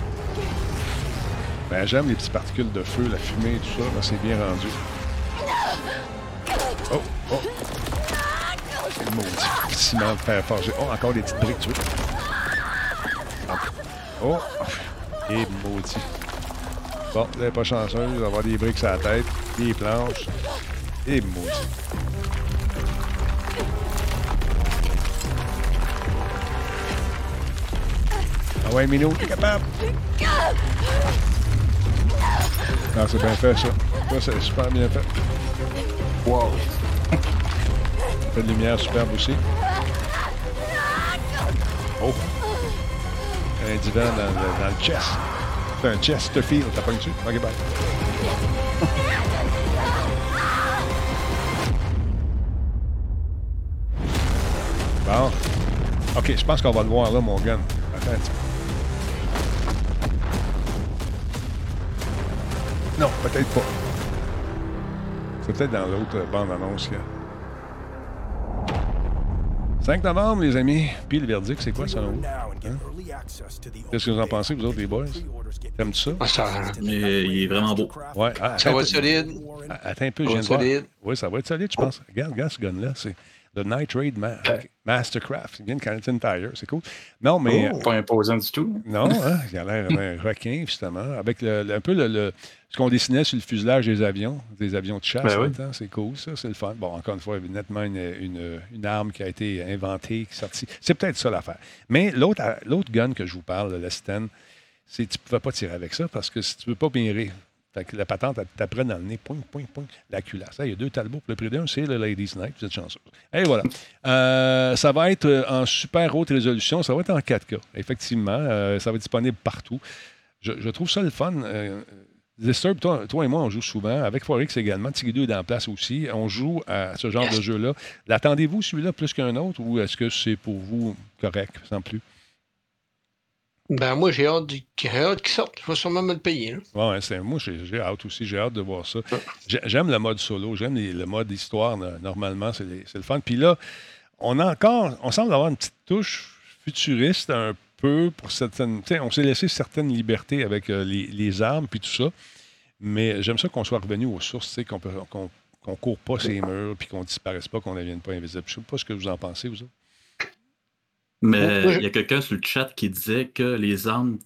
Ben, j'aime les petites particules de feu, la fumée et tout ça. Ben, c'est bien rendu. Oh! Oh! C'est le maudit ciment de fer forgé. Oh, encore des petites briques, tu vois. Oh! Et maudit. Bon, vous n'êtes pas chanceux, vous allez avoir des briques sur la tête, des planches. Et maudit. Ah ouais, Minou, t'es capable? Ah, c'est bien fait, ça. Ça, c'est super bien fait. Wow! Fait de lumière superbe aussi. Oh! Un divan dans le, dans le chest. C'est un chest field, t'as pas dessus? Ok, bye. Bon. Ok, je pense qu'on va le voir là, mon gun. Attends un petit peu. Non, peut-être pas. C'est peut-être dans l'autre bande-annonce. Là. cinq novembre, les amis. Puis le verdict, c'est quoi, selon vous? Hein? Qu'est-ce que vous en pensez, vous autres, les boys? T'aimes ça? Ah, ça... Mais il est vraiment beau. Ouais. Ah, ça va être solide. Attends un peu, je viens de voir. Oui, ça va être solide, je pense. Regarde, regarde ce gun-là. C'est le Night Raid Ma- Mastercraft. Il vient de Canadian Tire. C'est cool. Non, mais... Oh, pas imposant du tout. Non, hein, il a l'air d'un requin, justement. Avec le, le, un peu le, le, ce qu'on dessinait sur le fuselage des avions, des avions de chasse. Ben oui. C'est cool, ça. C'est le fun. Bon, encore une fois, nettement une, une, une arme qui a été inventée, qui est sortie. C'est peut-être ça l'affaire. Mais l'autre, l'autre gun que je vous parle, le Sten, c'est que tu ne pouvais pas tirer avec ça parce que si tu ne veux pas mirer, fait que la patente, elle t'apprend dans le nez, point, point, point, la culasse. Il y a deux talbots pour le prix d'un, c'est le Ladies Night, vous êtes chanceux. Et voilà. Euh, ça va être en super haute résolution, ça va être en quatre K, effectivement. Euh, ça va être disponible partout. Je, je trouve ça le fun. Euh, Disturb, toi, toi et moi, on joue souvent. Avec Forex également. Tigidou est dans la place aussi. On joue à ce genre de jeu-là. L'attendez-vous, celui-là, plus qu'un autre, ou est-ce que c'est pour vous correct, sans plus? Ben moi, j'ai hâte, j'ai hâte qu'il sorte. Je vais sûrement me le payer. Hein. Ouais, c'est, moi, j'ai, j'ai hâte aussi. J'ai hâte de voir ça. J'ai, j'aime le mode solo. J'aime les, le mode histoire. Normalement, c'est, les, c'est le fun. Puis là, on a encore... On semble avoir une petite touche futuriste un peu pour certaines... On s'est laissé certaines libertés avec euh, les, les armes puis tout ça. Mais j'aime ça qu'on soit revenu aux sources, qu'on ne qu'on, qu'on court pas ces murs puis qu'on ne disparaisse pas, qu'on ne devienne pas invisible. Je ne sais pas ce que vous en pensez, vous autres. Mais il y a quelqu'un sur le chat qui disait que les armes,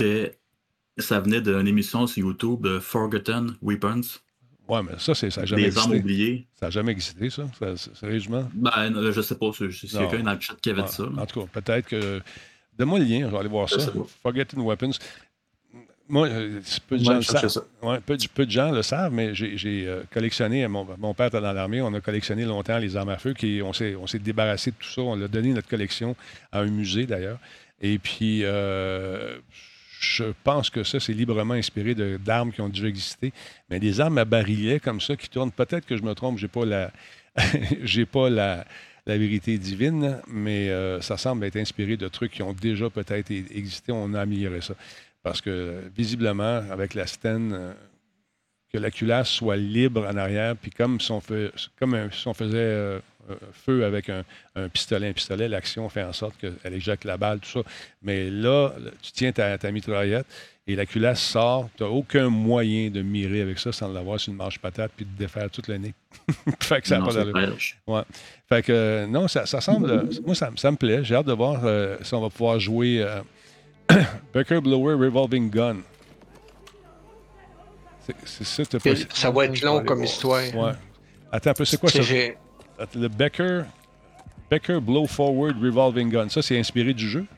ça venait d'une émission sur YouTube, Forgotten Weapons. Ouais, mais ça, c'est, ça n'a jamais des existé. Des armes oubliées. Ça n'a jamais existé, ça, ça sérieusement? Ben, je sais pas. C'est, c'est quelqu'un dans le chat qui avait ouais. dit ça. Là. En tout cas, peut-être que... Donne-moi le lien, je vais aller voir ça. Forgotten Weapons. Moi, peu de gens, ouais, le savent. Ouais, peu, peu de gens le savent, mais j'ai, j'ai euh, collectionné, mon, mon père était dans l'armée, on a collectionné longtemps les armes à feu, qui, on, s'est, on s'est débarrassé de tout ça, on a donné notre collection à un musée d'ailleurs. Et puis, euh, je pense que ça, c'est librement inspiré de, d'armes qui ont déjà existé. Mais des armes à barillet comme ça qui tournent, peut-être que je me trompe, j'ai pas la, j'ai pas la, la vérité divine, mais euh, ça semble être inspiré de trucs qui ont déjà peut-être existé, on a amélioré ça. Parce que, visiblement, avec la Sten, euh, que la culasse soit libre en arrière, puis comme si on, fait, comme un, si on faisait euh, euh, feu avec un, un pistolet, un pistolet, l'action fait en sorte qu'elle éjecte la balle, tout ça. Mais là, tu tiens ta, ta mitraillette et la culasse sort. Tu n'as aucun moyen de mirer avec ça sans l'avoir sur une marche patate puis de défaire tout le nez. Fait que ça n'a pas d'allure. Ouais. Fait que, euh, non, ça, ça semble... Moi, ça, ça me plaît. J'ai hâte de voir euh, si on va pouvoir jouer... Euh, Becker Blower Revolving Gun. C'est, c'est ça, t'as pas... Ça va être long comme histoire. Ouais. Attends un peu, c'est quoi c'est ça? J'ai... Le Becker... Becker Blow Forward Revolving Gun. Ça, c'est inspiré du jeu?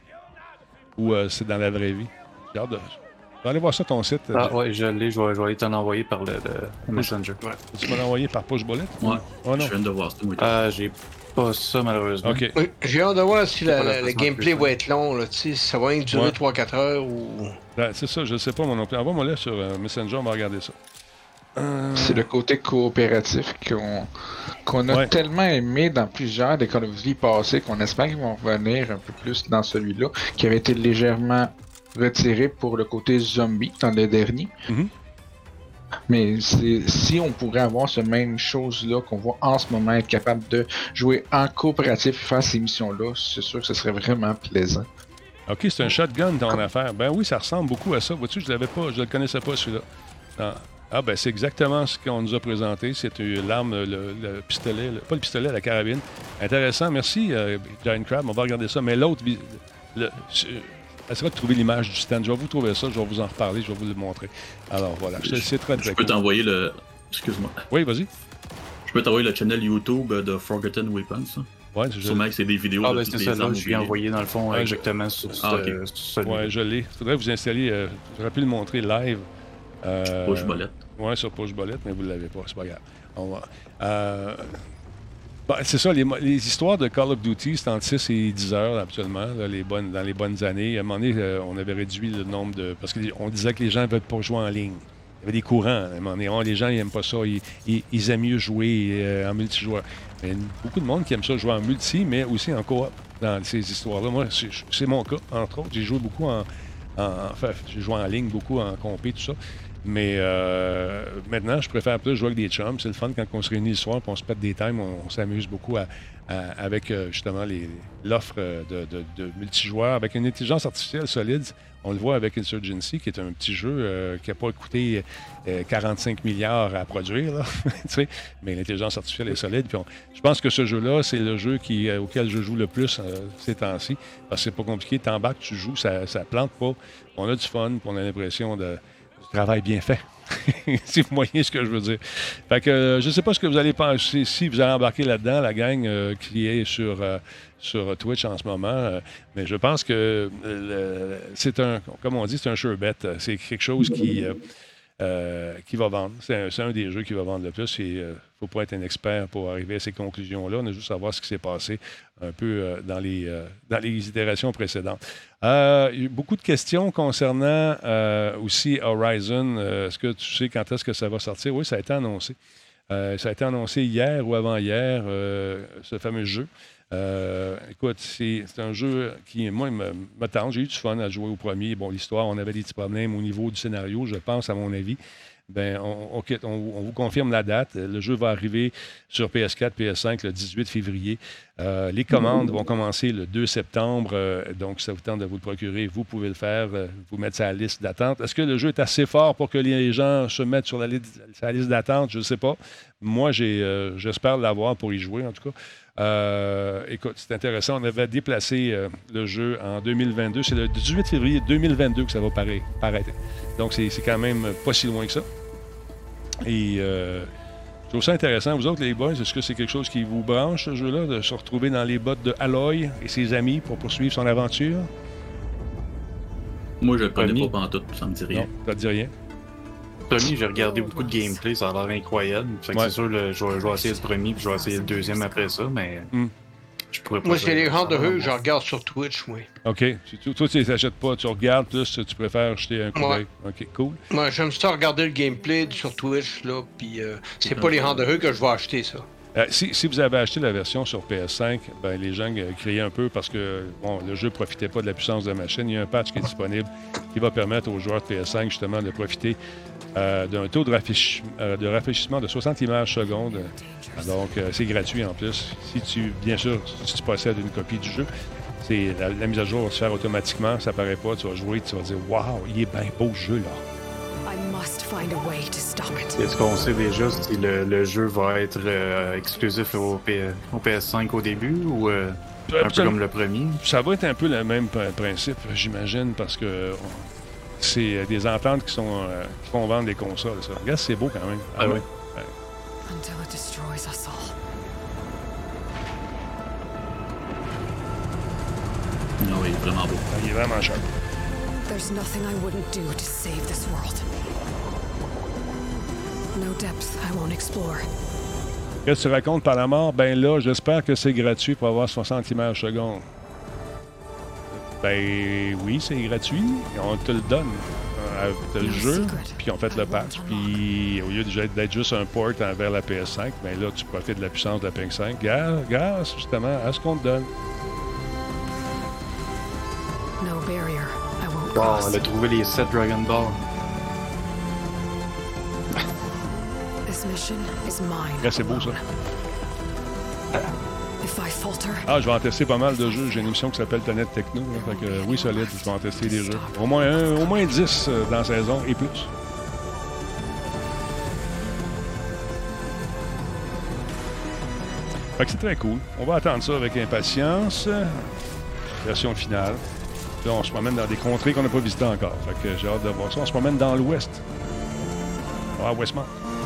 Ou euh, c'est dans la vraie vie? Regarde. Je vais aller voir ça ton site. Ah ouais, je l'ai. Je vais, je vais aller t'en envoyer par le, le Messenger. Ouais. Tu m'as envoyé par push bullet? Ouais. Oh, non. Je viens de voir ça. Ah, j'ai pas ça, malheureusement. Okay. Oui, j'ai hâte de voir si la, la, le gameplay va être long. Là, ça va durer ouais. trois à quatre heures ou... Ben, c'est ça, je ne sais pas, mon nom. Envoie-moi là sur euh, Messenger, on va regarder ça. Euh... C'est le côté coopératif qu'on, qu'on a ouais. tellement aimé dans plusieurs des Call of Duty passés qu'on espère qu'ils vont revenir un peu plus dans celui-là, qui avait été légèrement retiré pour le côté zombie dans le dernier. Mm-hmm. Mais c'est, si on pourrait avoir ce même chose-là qu'on voit en ce moment, être capable de jouer en coopératif et faire ces missions-là, c'est sûr que ce serait vraiment plaisant. OK, c'est un shotgun ton Comme... affaire. Ben oui, ça ressemble beaucoup à ça. Vois-tu, je l'avais pas, je le connaissais pas celui-là. Non. Ah ben c'est exactement ce qu'on nous a présenté. C'est l'arme, le, le pistolet, le, pas le pistolet, la carabine. Intéressant, merci euh, Giant Crab, on va regarder ça. Mais l'autre, le, essaiera de trouver l'image du stand. Je vais vous trouver ça, je vais vous en reparler, je vais vous le montrer. Alors voilà, je, c'est très très Je peux cool. t'envoyer le... Excuse-moi. Oui, vas-y. Je peux t'envoyer le channel YouTube de Forgotten Weapons. Ouais, je... Sûrement que c'est des vidéos ah, de ben, toutes c'est les ça, armes là, je l'ai envoyé dans le fond ouais, exactement je... sur ah, ce, okay. ce ouais, je l'ai. Il faudrait vous installer, euh, j'aurais pu le montrer live. Euh, Push Bullet. Oui, sur Push Bullet, mais vous ne l'avez pas, c'est pas grave. On va, euh, ben, c'est ça, les, les histoires de Call of Duty, c'est entre six et dix heures habituellement, là, les bonnes, dans les bonnes années. À un moment donné, euh, on avait réduit le nombre de... Parce qu'on disait que les gens ne veulent pas jouer en ligne. Il y avait des courants. À un moment donné, oh, les gens n'aiment pas ça, ils, ils, ils aiment mieux jouer euh, en multijoueur. Il y a beaucoup de monde qui aime ça jouer en multi, mais aussi en coop dans ces histoires-là. Moi, c'est, c'est mon cas, entre autres. J'ai joué beaucoup en... En, enfin, j'ai joué en ligne beaucoup en compé, tout ça. Mais euh, maintenant, je préfère plus jouer avec des chums. C'est le fun quand on se réunit le soir et on se pète des times. On, on s'amuse beaucoup à, à, avec euh, justement les, l'offre de, de, de multijoueurs. Avec une intelligence artificielle solide, on le voit avec Insurgency, qui est un petit jeu euh, qui n'a pas coûté euh, quarante-cinq milliards à produire. Là, mais l'intelligence artificielle est solide. Puis on, je pense que ce jeu-là, c'est le jeu qui, euh, auquel je joue le plus euh, ces temps-ci. Parce que c'est pas compliqué. T'embarques, tu joues, ça ne plante pas. On a du fun, puis on a l'impression de... travail bien fait. Si vous voyez ce que je veux dire. Fait que euh, je ne sais pas ce que vous allez penser si vous allez embarquer là-dedans, la gang euh, qui est sur, euh, sur Twitch en ce moment. Euh, mais je pense que euh, c'est un, comme on dit, c'est un sure bet. C'est quelque chose qui, euh, euh, qui va vendre. C'est un, c'est un des jeux qui va vendre le plus. Il ne euh, faut pas être un expert pour arriver à ces conclusions-là. On a juste à voir ce qui s'est passé un peu euh, dans, les, euh, dans les itérations précédentes. Euh, il y a beaucoup de questions concernant euh, aussi Horizon. Euh, est-ce que tu sais quand est-ce que ça va sortir? Oui, ça a été annoncé. Euh, ça a été annoncé hier ou avant-hier, euh, ce fameux jeu. Euh, écoute, c'est, c'est un jeu qui, moi, me, me tente. J'ai eu du fun à jouer au premier. Bon, l'histoire, on avait des petits problèmes au niveau du scénario, je pense, à mon avis. Ben, on, on, on, on vous confirme la date. Le jeu va arriver sur P S quatre, P S cinq le dix-huit février. Euh, les commandes vont commencer le deux septembre. Euh, donc, ça vous tente de vous le procurer. Vous pouvez le faire. Euh, vous mettre sur la liste d'attente. Est-ce que le jeu est assez fort pour que les gens se mettent sur la, li- sur la liste d'attente? Je ne sais pas. Moi, j'ai, euh, j'espère l'avoir pour y jouer, en tout cas. Euh, écoute, c'est intéressant. On avait déplacé euh, le jeu en deux mille vingt-deux. C'est le dix-huit février deux mille vingt-deux que ça va paraître. paraître. Donc, c'est, c'est quand même pas si loin que ça. Et euh, je trouve ça intéressant. Vous autres, les boys, est-ce que c'est quelque chose qui vous branche, ce jeu-là, de se retrouver dans les bottes de Aloy et ses amis pour poursuivre son aventure? Moi, je le connais pas pantoute, ça me dit rien. Non, ça te dit rien? Tony, j'ai regardé beaucoup de gameplay, ça a l'air incroyable. Fait que Ouais. c'est sûr, le, je, vais, je vais essayer le premier, puis je vais essayer le deuxième après ça, mais Mm. je pourrais pas. Moi, c'est dire. les rangs de rue, je regarde sur Twitch, oui. OK. Tu- Toi, tu les achètes pas, tu regardes plus, tu préfères jeter un coup Ouais. d'œil. OK, cool. Moi, j'aime ça regarder le gameplay sur Twitch, là, puis euh, c'est pas les rangs de rue que je vais acheter, ça. Euh, si, si vous avez acheté la version sur P S cinq, ben, les gens euh, criaient un peu parce que bon, le jeu ne profitait pas de la puissance de la machine. Il y a un patch qui est disponible qui va permettre aux joueurs de P S cinq justement de profiter euh, d'un taux de, raffiche, euh, de rafraîchissement de soixante images secondes. Donc, euh, c'est gratuit en plus. Si tu, bien sûr, si tu possèdes une copie du jeu, c'est, la, la mise à jour va se faire automatiquement. Ça paraît pas. Tu vas jouer, tu vas dire « Wow, il est bien beau ce jeu-là ». Est-ce qu'on sait déjà si le, le jeu va être euh, exclusif au, P, au P S cinq au début ou euh, un peu comme le premier? Ça va être un peu le même pr- principe, j'imagine, parce que on, c'est des ententes qui, sont, euh, qui font vendre des consoles. Ça. Regarde, c'est beau quand même. Ah oui? Ouais. Non, il est vraiment beau. Ah, il est vraiment cher. There's nothing I wouldn't do to save this world. No depths I won't explore. Qu'est-ce que tu racontes par la mort? Ben là, j'espère que c'est gratuit pour avoir soixante images secondes. Ben oui, c'est gratuit. On te le donne. Euh, t'as le jeu, puis on fait le patch. Puis au lieu de- d'être juste un port vers la P S cinq, ben là, tu profites de la puissance de la P S cinq. Grâce, grâce justement à ce qu'on te donne. No barrier I won't Bon, cross. on a trouvé les sept Dragon Ball. This mission is mine. Regarde, c'est beau ça. If I falter, Ah, je vais en tester pas mal de jeux. J'ai une émission qui s'appelle Planète Techno. Là, fait que, euh, oui, solide, je vais en tester des jeux. Au moins, un, au moins dix euh, dans la saison et plus. Fait que c'est très cool. On va attendre ça avec impatience. Version finale. Là, on se promène dans des contrées qu'on n'a pas visitées encore. Fait que j'ai hâte de voir ça. On se promène dans l'ouest. Ah, Westmont.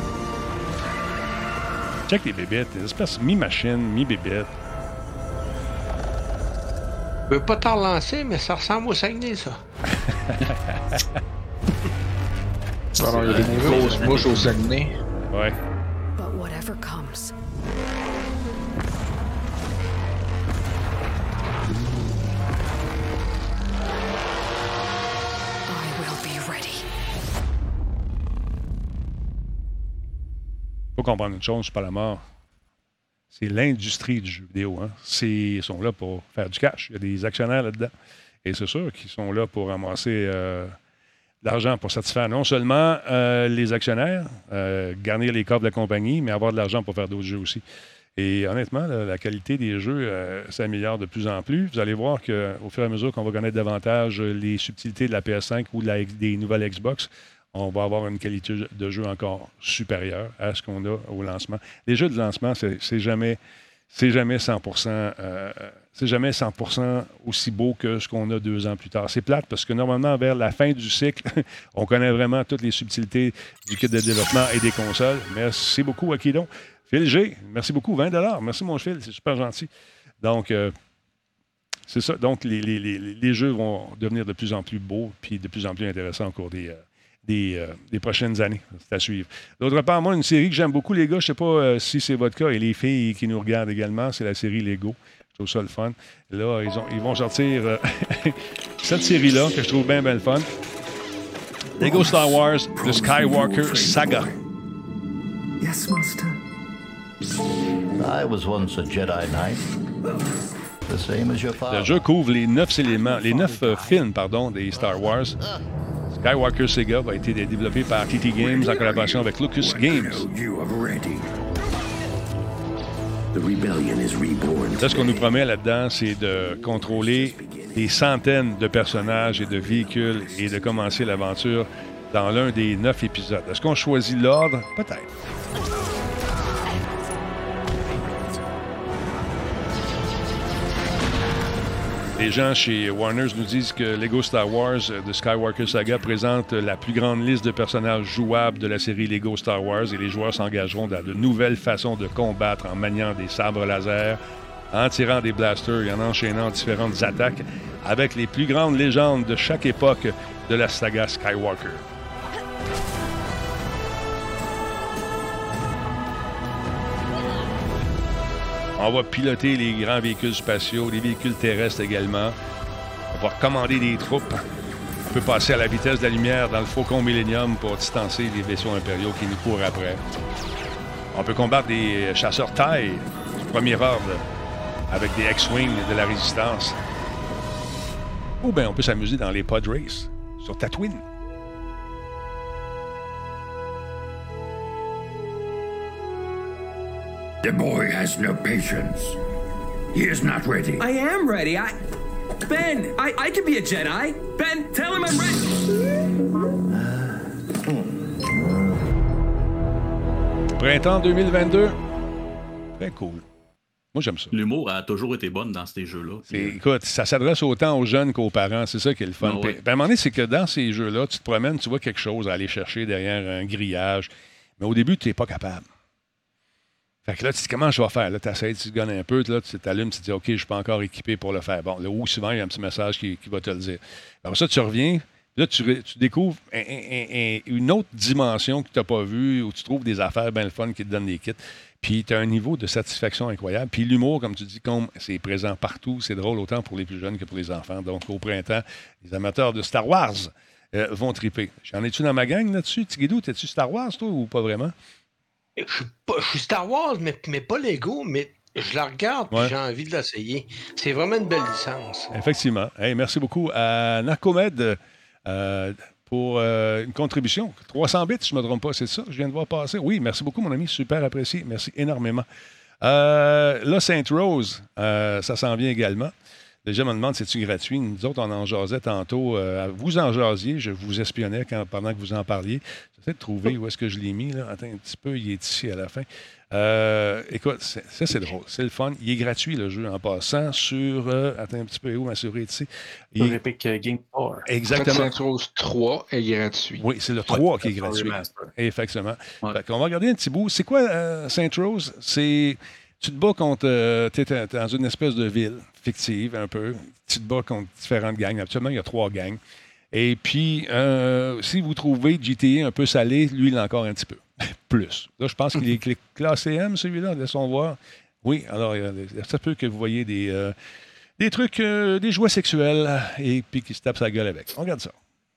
Check les bébêtes. Des espèces mi-machine, mi-bébêtes. Je veux pas t'en relancer, mais ça ressemble au Saguenay, ça. Alors, il y a des grosses mouches au Saguenay. Ouais. but whatever comes. I will be ready. Faut comprendre une chose, c'est pas la mort. C'est l'industrie du jeu vidéo. Hein. C'est, ils sont là pour faire du cash. Il y a des actionnaires là-dedans. Et c'est sûr qu'ils sont là pour ramasser euh, l'argent pour satisfaire non seulement euh, les actionnaires, euh, garnir les coffres de la compagnie, mais avoir de l'argent pour faire d'autres jeux aussi. Et honnêtement, la, la qualité des jeux euh, s'améliore de plus en plus. Vous allez voir qu'au fur et à mesure qu'on va connaître davantage les subtilités de la P S cinq ou de la, des nouvelles Xbox, on va avoir une qualité de jeu encore supérieure à ce qu'on a au lancement. Les jeux de lancement, c'est, c'est jamais... C'est jamais cent pour cent, euh, c'est jamais cent pour cent aussi beau que ce qu'on a deux ans plus tard. C'est plate parce que normalement, vers la fin du cycle, on connaît vraiment toutes les subtilités du kit de développement et des consoles. Merci beaucoup à qui donc? Phil G, merci beaucoup, vingt dollars. Merci mon Phil, c'est super gentil. Donc, euh, c'est ça. Donc, les, les, les, les jeux vont devenir de plus en plus beaux puis de plus en plus intéressants au cours des... Euh, Des, euh, des prochaines années. C'est à suivre. D'autre part, moi, une série que j'aime beaucoup, les gars, je ne sais pas euh, si c'est votre cas, et les filles qui nous regardent également, c'est la série Lego. Je trouve ça le fun. Là, ils, ont, ils vont sortir euh, cette série-là, que je trouve bien, bien le fun. Lego Star Wars, The Skywalker Saga. Yes, Master. I was once a Jedi Knight. The same as your father. Le jeu couvre les neuf éléments, les neuf euh, films, pardon, des Star Wars. Skywalker Saga a été développé par T T Games en collaboration avec Lucas Games. Là, ce qu'on nous promet là-dedans, c'est de contrôler des centaines de personnages et de véhicules et de commencer l'aventure dans l'un des neuf épisodes. Est-ce qu'on choisit l'ordre? Peut-être. Les gens chez Warner nous disent que Lego Star Wars de Skywalker Saga présente la plus grande liste de personnages jouables de la série Lego Star Wars et les joueurs s'engageront dans de nouvelles façons de combattre en maniant des sabres laser, en tirant des blasters et en enchaînant différentes attaques avec les plus grandes légendes de chaque époque de la saga Skywalker. On va piloter les grands véhicules spatiaux, les véhicules terrestres également. On va commander des troupes. On peut passer à la vitesse de la lumière dans le Faucon Millennium pour distancer les vaisseaux impériaux qui nous courent après. On peut combattre des chasseurs taille du premier ordre avec des X-Wing de la Résistance. Ou bien on peut s'amuser dans les pod race sur Tatooine. The boy has no patience. He is not ready. I am ready. I... Ben, I, I could be a Jedi. Ben, tell him I'm ready. Printemps deux mille vingt-deux. Très cool. Moi, j'aime ça. L'humour a toujours été bonne dans ces jeux-là. C'est, écoute, ça s'adresse autant aux jeunes qu'aux parents. C'est ça qui est le fun. Ah, ouais. Puis, à un moment donné, c'est que dans ces jeux-là, tu te promènes, tu vois quelque chose à aller chercher derrière un grillage. Mais au début, tu n'es pas capable. Fait que là, tu te dis, comment je vais faire? Là, tu essaies, tu te gonnes un peu, là, tu t'allumes, tu te dis, OK, je ne suis pas encore équipé pour le faire. Bon, là, où souvent, il y a un petit message qui, qui va te le dire. Après ça, tu reviens, là, tu, tu découvres un, un, un, une autre dimension que tu n'as pas vue, où tu trouves des affaires bien le fun qui te donnent des kits. Puis, tu as un niveau de satisfaction incroyable. Puis, l'humour, comme tu dis, comme c'est présent partout, c'est drôle autant pour les plus jeunes que pour les enfants. Donc, au printemps, les amateurs de Star Wars euh, vont triper. J'en ai-tu dans ma gang là-dessus? Tigidou, t'es-tu Star Wars, toi, ou pas vraiment? Je suis, pas, je suis Star Wars, mais, mais pas Lego, mais je la regarde et ouais. J'ai envie de l'essayer. C'est vraiment une belle licence. Effectivement. Hey, merci beaucoup à Narcomed euh, pour euh, une contribution. trois cents bits, je ne me trompe pas, c'est ça? Je viens de voir passer. Oui, merci beaucoup, mon ami. Super apprécié. Merci énormément. Euh, là, Saint Rose, euh, ça s'en vient également. Les gens me demandent si c'est gratuit. Nous autres, on en jasait tantôt. Euh, vous en jasiez, je vous espionnais quand, pendant que vous en parliez. J'essaie de trouver où est-ce que je l'ai mis. Là. Attends un petit peu, il est ici à la fin. Euh, écoute, c'est, ça, c'est drôle. C'est le fun. Il est gratuit, le jeu, en passant sur... Euh, attends un petit peu, où ma souris est ici? Sur est... Epic Game Store. Exactement. Saint Rose trois est gratuit. Oui, c'est le trois ouais, qui est gratuit. Effectivement. Ouais. On va regarder un petit bout. C'est quoi euh, Saint Rose? C'est... Tu te bats contre... Euh, tu es dans une espèce de ville fictive, un peu. Tu te bats contre différentes gangs. Actuellement, il y a trois gangs. Et puis, euh, si vous trouvez G T A un peu salé, lui, il a encore un petit peu. Plus. Là, je pense qu'il est classé M, celui-là. Laissons voir. Oui, alors, ça peut que vous voyez des, euh, des trucs, euh, des jouets sexuels, et puis qui se tapent sa gueule avec. On regarde ça.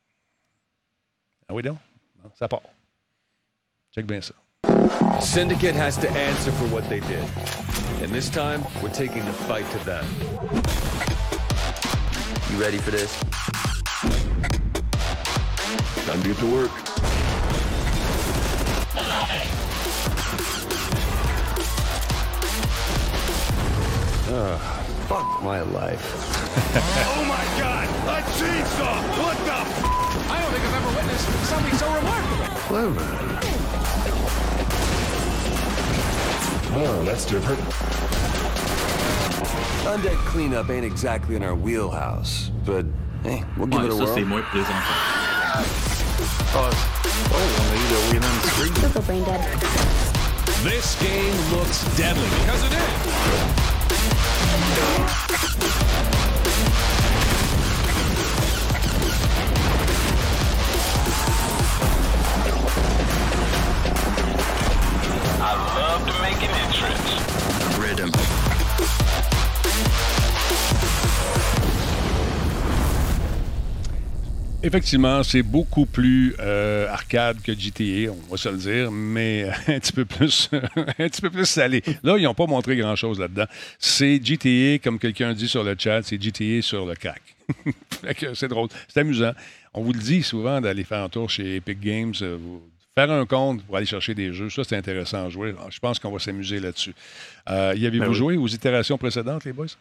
Ah oui, donc? Non, ça part. Check bien ça. Syndicate has to answer for what they did. And this time, we're taking the fight to them. You ready for this? Time to get to work. Uh, fuck my life. Oh my god! A chainsaw! What the f***? I don't think I've ever witnessed something so remarkable. Clever. Oh, that's different. Undead cleanup ain't exactly in our wheelhouse, but hey, we'll give ouais, it a ça, whirl. C'est moins pour les enfants. Oh, oh, on a eu le win on screen. Triple brain dead. This game looks deadly because it is. I love to make an entrance. Rhythm. Effectivement, c'est beaucoup plus euh, arcade que G T A, on va se le dire, mais un petit peu plus, un petit peu plus salé. Là, ils n'ont pas montré grand-chose là-dedans. C'est G T A, comme quelqu'un dit sur le chat, c'est G T A sur le crack. Fait que c'est drôle, c'est amusant. On vous le dit souvent d'aller faire un tour chez Epic Games, euh, vous, faire un compte pour aller chercher des jeux, ça c'est intéressant à jouer. Alors, je pense qu'on va s'amuser là-dessus. Euh, y avez-vous ben oui. joué aux itérations précédentes, les boys?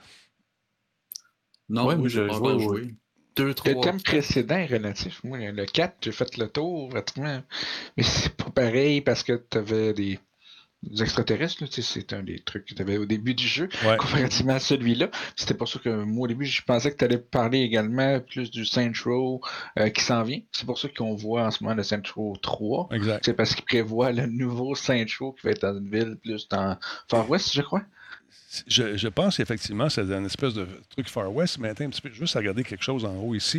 Non, ouais, moi j'ai joué aux joué. Deux, trois, le thème précédent est relatif. Moi, le quatre, j'ai fait le tour, pratiquement. Mais c'est pas pareil parce que tu avais des, des extraterrestres. Là, c'est un des trucs que tu avais au début du jeu, ouais. comparativement à celui-là. C'était pour ça que moi, au début, je pensais que tu allais parler également plus du Saints Row euh, qui s'en vient. C'est pour ça qu'on voit en ce moment le Saints Row trois. Exact. C'est parce qu'il prévoit le nouveau Saints Row qui va être dans une ville plus dans Far West, je crois. Je, je pense effectivement que c'est une espèce de truc Far West, mais attends un petit peu, juste à regarder quelque chose en haut ici.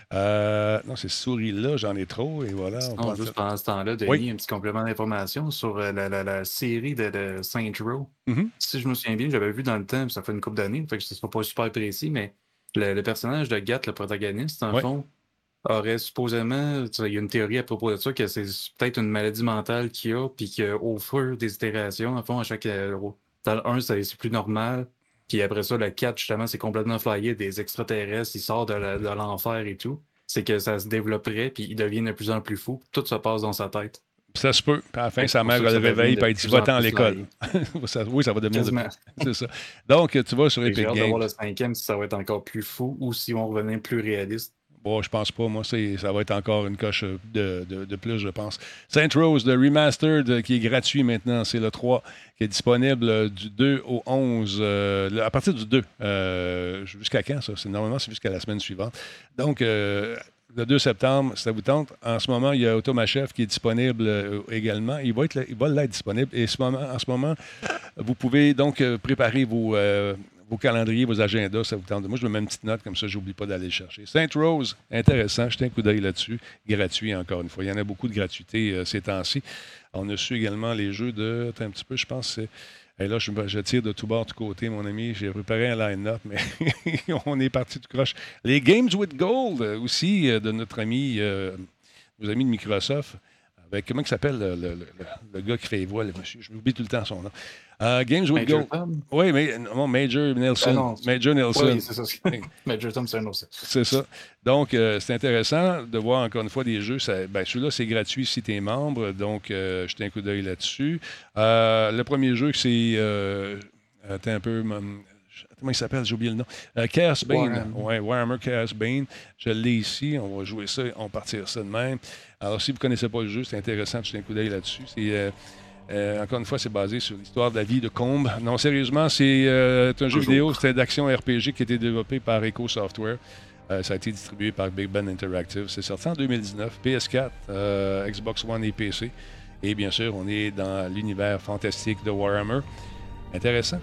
Euh, non, c'est souris-là, j'en ai trop, et voilà. On non, juste pendant ce temps-là, Denis, oui. un petit complément d'information sur la, la, la série de, de Saints Row. Mm-hmm. Si je me souviens bien, j'avais vu dans le temps, ça fait une couple d'années, fait que ce ne sera pas super précis, mais le, le personnage de Gat, le protagoniste, en oui. fond, aurait supposément, il y a une théorie à propos de ça, que c'est peut-être une maladie mentale qu'il a, puis qu'au fur des itérations, en fond, à chaque... Dans le un, c'est plus normal. Puis après ça, le quatre, justement, c'est complètement flyé. Des extraterrestres, il sort de, la, de l'enfer et tout. C'est que ça se développerait, puis il devient de plus en plus fou. Tout se passe dans sa tête. Ça se peut. Puis à la fin, sa mère le réveille, puis elle dit va-t'en à l'école. ça, oui, ça va devenir. De... C'est ça. Donc, tu vas sur Epic Games. J'ai hâte de voir le cinquième si ça va être encore plus fou ou si on revenait plus réaliste. Bon, je pense pas. Moi, c'est, ça va être encore une coche de, de, de plus, je pense. Saints Row, le Remastered, qui est gratuit maintenant. C'est le trois qui est disponible du deux au onze. Euh, à partir du deux. Euh, jusqu'à quand, ça? C'est, normalement, c'est jusqu'à la semaine suivante. Donc, euh, le deux septembre, si ça vous tente. En ce moment, il y a Automachef qui est disponible euh, également. Il va, être, il va l'être disponible. Et ce moment, en ce moment, vous pouvez donc euh, préparer vos... Euh, vos calendriers, vos agendas, ça vous tente. Moi, je me mets une petite note, comme ça, je n'oublie pas d'aller le chercher. Saint Rose, intéressant, jetez un coup d'œil là-dessus. Gratuit, encore une fois. Il y en a beaucoup de gratuité euh, ces temps-ci. On a su également les jeux de... Attends un petit peu, je pense que c'est... Et là, je, je tire de tout bord, de tout côté, mon ami. J'ai préparé un line-up, mais on est parti tout croche. Les Games with Gold, aussi, euh, de notre ami, euh, nos amis de Microsoft. Avec, comment il s'appelle, le, le, le, le gars qui fait les voix, le monsieur? Je m'oublie tout le temps son nom. Uh, Games with Gold. Oui, mais non, Major Nelson. Ah non, Major Nelson. Oui, c'est ça. Major Tom, c'est un autre. C'est ça. Donc, euh, c'est intéressant de voir encore une fois des jeux. Ça, ben, celui-là, c'est gratuit si tu es membre. Donc, euh, jetez un coup d'œil là-dessus. Euh, le premier jeu, c'est. Euh, attends un peu. Comment il s'appelle? J'ai oublié le nom. Euh, Chaos Bane. Oui, Warhammer Chaos Bane. Je l'ai ici. On va jouer ça. On va partir ça de même. Alors, si vous ne connaissez pas le jeu, c'est intéressant de jeter un coup d'œil là-dessus. C'est. Euh, Euh, encore une fois, c'est basé sur l'histoire de la vie de Combe. Non, sérieusement, c'est euh, un jeu vidéo, c'était d'action R P G qui a été développé par Echo Software. Euh, ça a été distribué par Big Ben Interactive. C'est sorti en deux mille dix-neuf, P S quatre, euh, Xbox One et P C. Et bien sûr, on est dans l'univers fantastique de Warhammer. Intéressant.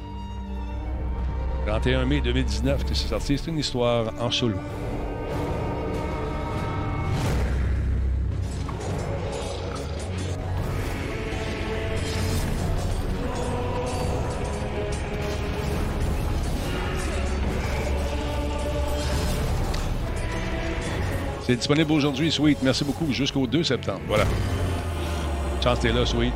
trente et un mai deux mille dix-neuf, c'est sorti. C'est une histoire en solo. C'est disponible aujourd'hui, Sweet. Merci beaucoup. Jusqu'au deux septembre. Voilà. Chance, t'es là, Sweet.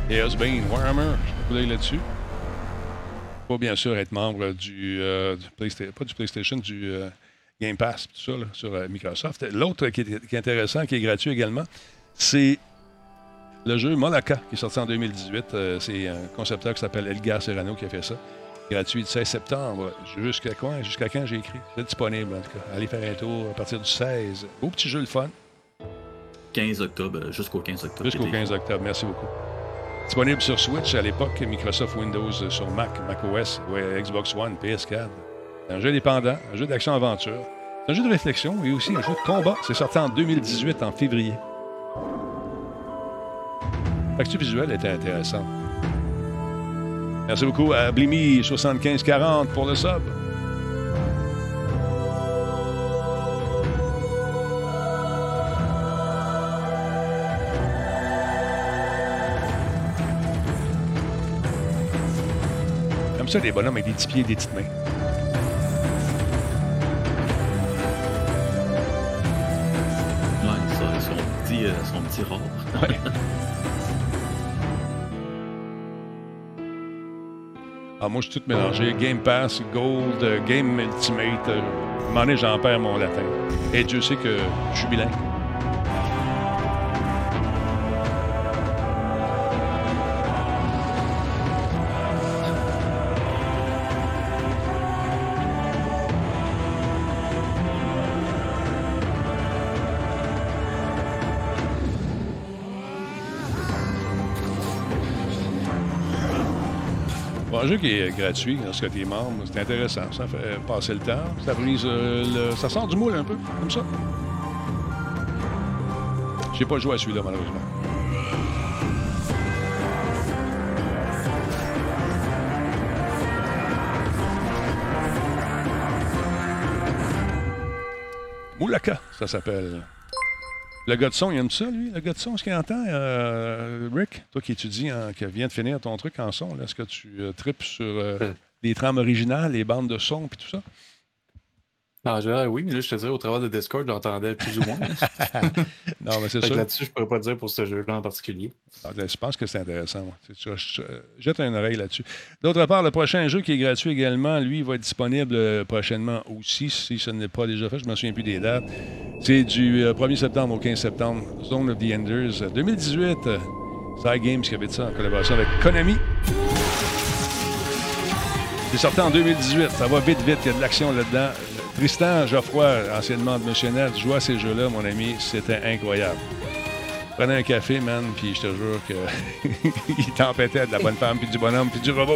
et Husband, Warhammer, je vais là-dessus. Pas bien sûr être membre du, euh, du PlayStation, pas du PlayStation, du euh, Game Pass, tout ça, là, sur euh, Microsoft. L'autre qui est, qui est intéressant, qui est gratuit également, c'est le jeu Molaka, qui est sorti en deux mille dix-huit. Euh, c'est un concepteur qui s'appelle Edgar Serrano qui a fait ça. Gratuit du seize septembre. Jusqu'à quoi? Jusqu'à quand j'ai écrit? C'est disponible, en tout cas. Allez faire un tour à partir du seize. Beau petit jeu, le fun. quinze octobre, jusqu'au quinze octobre. Jusqu'au quinze octobre, merci beaucoup. Disponible sur Switch à l'époque, Microsoft Windows sur Mac, macOS, ouais, Xbox One, P S quatre. C'est un jeu indépendant, un jeu d'action-aventure. C'est un jeu de réflexion et aussi un jeu de combat. C'est sorti en deux mille dix-huit, en février. L'actu visuelle était intéressante. Merci beaucoup à Blimy soixante-quinze quarante pour le sub. Comme ça, les bonhommes avec des petits pieds et des petites mains. Ouais, ça, son petit, euh, son petit rare. Ouais. Ah, moi, je suis tout mélangé. Game Pass, Gold, euh, Game Ultimate. Euh, à un moment donné, j'en perds mon latin. Et Dieu sait que je suis bilingue. Un jeu qui est gratuit lorsque tu es membre, c'est intéressant. Ça fait passer le temps. Ça brise euh, le... Ça sort du moule un peu, comme ça. J'ai pas joué à celui-là, malheureusement. Moulaka, ça s'appelle. Le gars de son, il aime ça, lui? Le gars de son, est-ce qu'il entend? Euh, Rick, toi qui étudies, hein, qui vient de finir ton truc en son, là, est-ce que tu euh, tripes sur euh, euh. les trames originales, les bandes de son et tout ça? En général, oui, mais là, je te dirais, au travers de Discord, j'entendais plus ou moins. Non, mais c'est ça. Là-dessus, je pourrais pas dire pour ce jeu-là en particulier. Ah, je pense que c'est intéressant. Moi. Je, je, je jette une oreille là-dessus. D'autre part, le prochain jeu qui est gratuit également, lui, va être disponible prochainement aussi, si ce n'est pas déjà fait. Je ne me souviens plus des dates. C'est du premier septembre au quinze septembre. Zone of the Enders deux mille dix-huit. Side Games qui avait dit ça en collaboration avec Konami. C'est sorti en deux mille dix-huit. Ça va vite, vite. Il y a de l'action là-dedans. Tristan Geoffroy, anciennement de Missionnaire, jouait à ces jeux-là, mon ami. C'était incroyable. Prenez un café, man, puis je te jure qu'il tempêtait de la bonne femme, puis du bonhomme, puis du robot.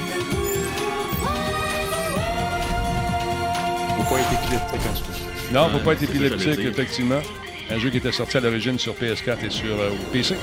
Faut pas être épileptique en ce Non, faut pas être épileptique, effectivement. Un jeu qui était sorti à l'origine sur P S quatre et sur euh, P C.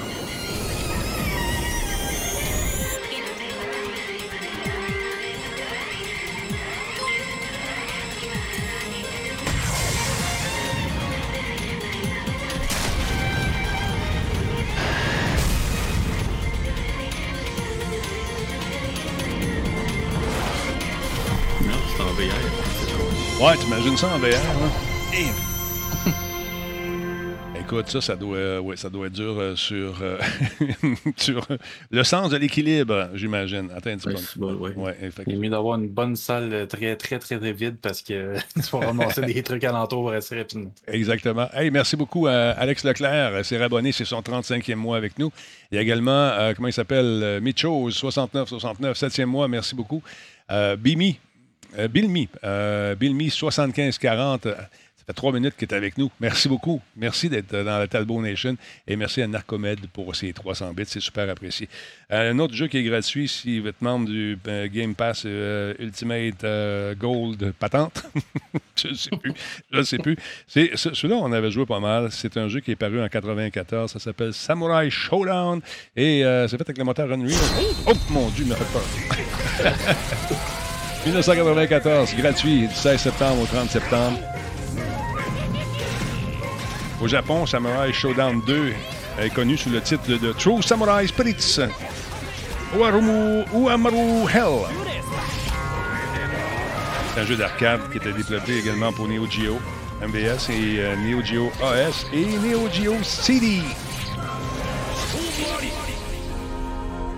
Ouais, t'imagines ça en V R, hein? Écoute, ça, ça doit, ouais, ça doit être dur euh, sur, euh, sur le sens de l'équilibre, j'imagine. Attends un petit peu. Ouais, ouais. Ouais, il est mieux d'avoir une bonne salle très, très, très, très vide parce que tu vas ramasser des trucs alentours assez rapidement. Exactement. Hey, merci beaucoup à Alex Leclerc. C'est rabonné, c'est son trente-cinquième mois avec nous. Il y a également, euh, comment il s'appelle? Michos, soixante-neuf soixante-neuf, septième mois, merci beaucoup. Euh, Bimi. Euh, Bilmy, euh, Bilmy soixante-quinze quarante, ça fait trois minutes qu'il est avec nous. Merci beaucoup. Merci d'être dans la Talbot Nation et merci à Narcomed pour ses trois cents bits. C'est super apprécié. Euh, un autre jeu qui est gratuit si vous êtes membre du euh, Game Pass euh, Ultimate euh, Gold Patente. Je ne sais plus. Je ne sais plus. C'est, c'est, celui-là, on avait joué pas mal. C'est un jeu qui est paru en quatre-vingt-quatorze. Ça s'appelle Samurai Showdown et euh, c'est fait avec le moteur Unreal. Oh mon Dieu, il m'a fait peur. dix-neuf cent quatre-vingt-quatorze, gratuit, du seize septembre au trente septembre. Au Japon, Samurai Showdown deux est connu sous le titre de True Samurai Spirits. Uarumu, Uamaru Hell. C'est un jeu d'arcade qui était développé également pour Neo Geo M V S et euh, Neo Geo A S et Neo Geo C D.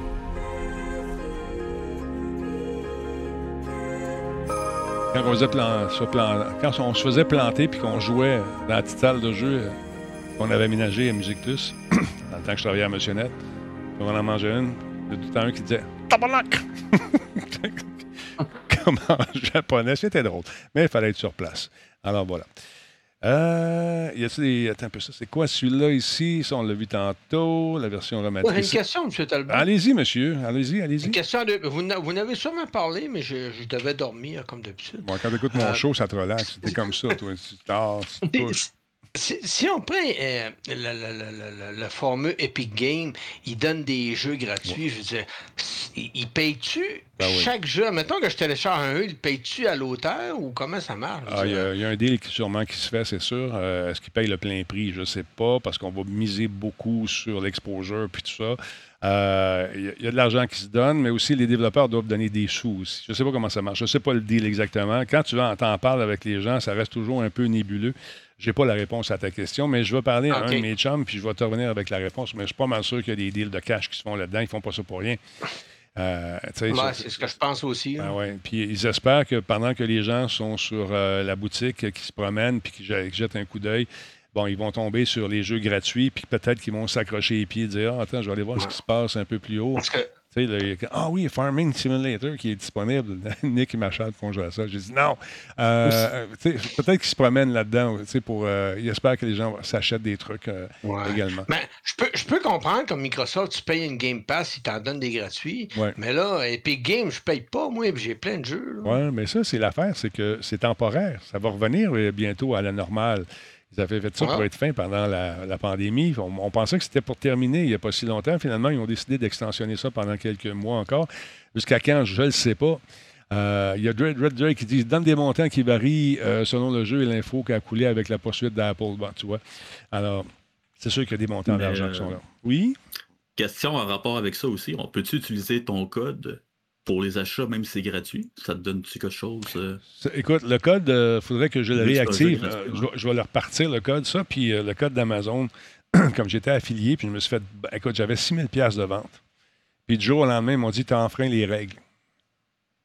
Quand on, faisait plan, sur plan, quand on se faisait planter puis qu'on jouait dans la petite salle de jeu euh, qu'on avait aménagée à Musique Plus, dans le temps que je travaillais à Monsieur Net, puis on en mangeait une, il y a tout le temps un qui disait « Tabarnak! » Comme en japonais, c'était drôle. Mais il fallait être sur place. Alors voilà. Euh, y a-t-il des... Attends un peu ça. C'est quoi celui-là ici? Ça, on l'a vu tantôt, la version remasterisée. Ouais, une question, M. Talbot. Allez-y, monsieur. Allez-y, allez-y. Une question de... Vous, vous n'avez sûrement parlé, mais je, je devais dormir, comme d'habitude. Bon, quand tu écoutes mon euh... show, ça te relaxe. C'était comme ça, toi. Tu tard, tu touches. Si, si on prend euh, le, le, le, le, le fameux Epic Game, il donne des jeux gratuits. Ouais. Je veux dire, il, il paye-tu ben chaque oui. jeu? Mettons que je télécharge un jeu, il paye-tu à l'auteur ou comment ça marche? Ah, il y, y a un deal qui, sûrement qui se fait, c'est sûr. Euh, est-ce qu'il paye le plein prix? Je ne sais pas, parce qu'on va miser beaucoup sur l'exposure puis tout ça. Il euh, y, y a de l'argent qui se donne, mais aussi les développeurs doivent donner des sous aussi. Je ne sais pas comment ça marche. Je ne sais pas le deal exactement. Quand tu t'en parles avec les gens, ça reste toujours un peu nébuleux. Je n'ai pas la réponse à ta question, mais je vais parler okay. à un de mes chums, puis je vais te revenir avec la réponse. Mais je suis pas mal sûr qu'il y a des deals de cash qui se font là-dedans. Ils ne font pas ça pour rien. Euh, ouais, c'est ce que je pense aussi. Ah ouais. Puis ils espèrent que pendant que les gens sont sur euh, la boutique, qui se promènent, puis qui jettent un coup d'œil, bon, ils vont tomber sur les jeux gratuits, puis peut-être qu'ils vont s'accrocher les pieds et dire « Ah, attends, je vais aller voir ouais. ce qui se passe un peu plus haut. » Parce que... Tu sais, le, ah oui, Farming Simulator qui est disponible. Nick et Machad font jouer à ça. J'ai dit non. Euh, peut-être qu'ils se promènent là-dedans. Pour, euh, ils espèrent que les gens s'achètent des trucs euh, ouais. également. Mais je peux, je peux comprendre comme Microsoft, tu payes une Game Pass, ils t'en donnent des gratuits. Ouais. Mais là, Epic Games, je paye pas, moi, j'ai plein de jeux. Oui, mais ça, c'est l'affaire, c'est que c'est temporaire. Ça va revenir bientôt à la normale. Ils avaient fait ça ah. pour être fin pendant la, la pandémie. On, on pensait que c'était pour terminer il n'y a pas si longtemps. Finalement, ils ont décidé d'extensionner ça pendant quelques mois encore. Jusqu'à quand, je ne le sais pas. Euh, il y a Red Drake, Drake qui dit « Donne des montants qui varient euh, selon le jeu et l'info qui a coulé avec la poursuite d'Apple. » Bon, tu vois. Alors, c'est sûr qu'il y a des montants d'argent euh, qui sont là. Oui? Question en rapport avec ça aussi. On peut-tu utiliser ton code pour les achats, même si c'est gratuit? Ça te donne-tu quelque chose? Euh... Écoute, le code, il euh, faudrait que je le réactive. Euh, je, je vais le repartir, le code, ça. Puis euh, le code d'Amazon, comme j'étais affilié, puis je me suis fait... Ben, écoute, j'avais six mille dollars de vente. Puis du jour au lendemain, ils m'ont dit « Tu as enfreint les règles. Ah, »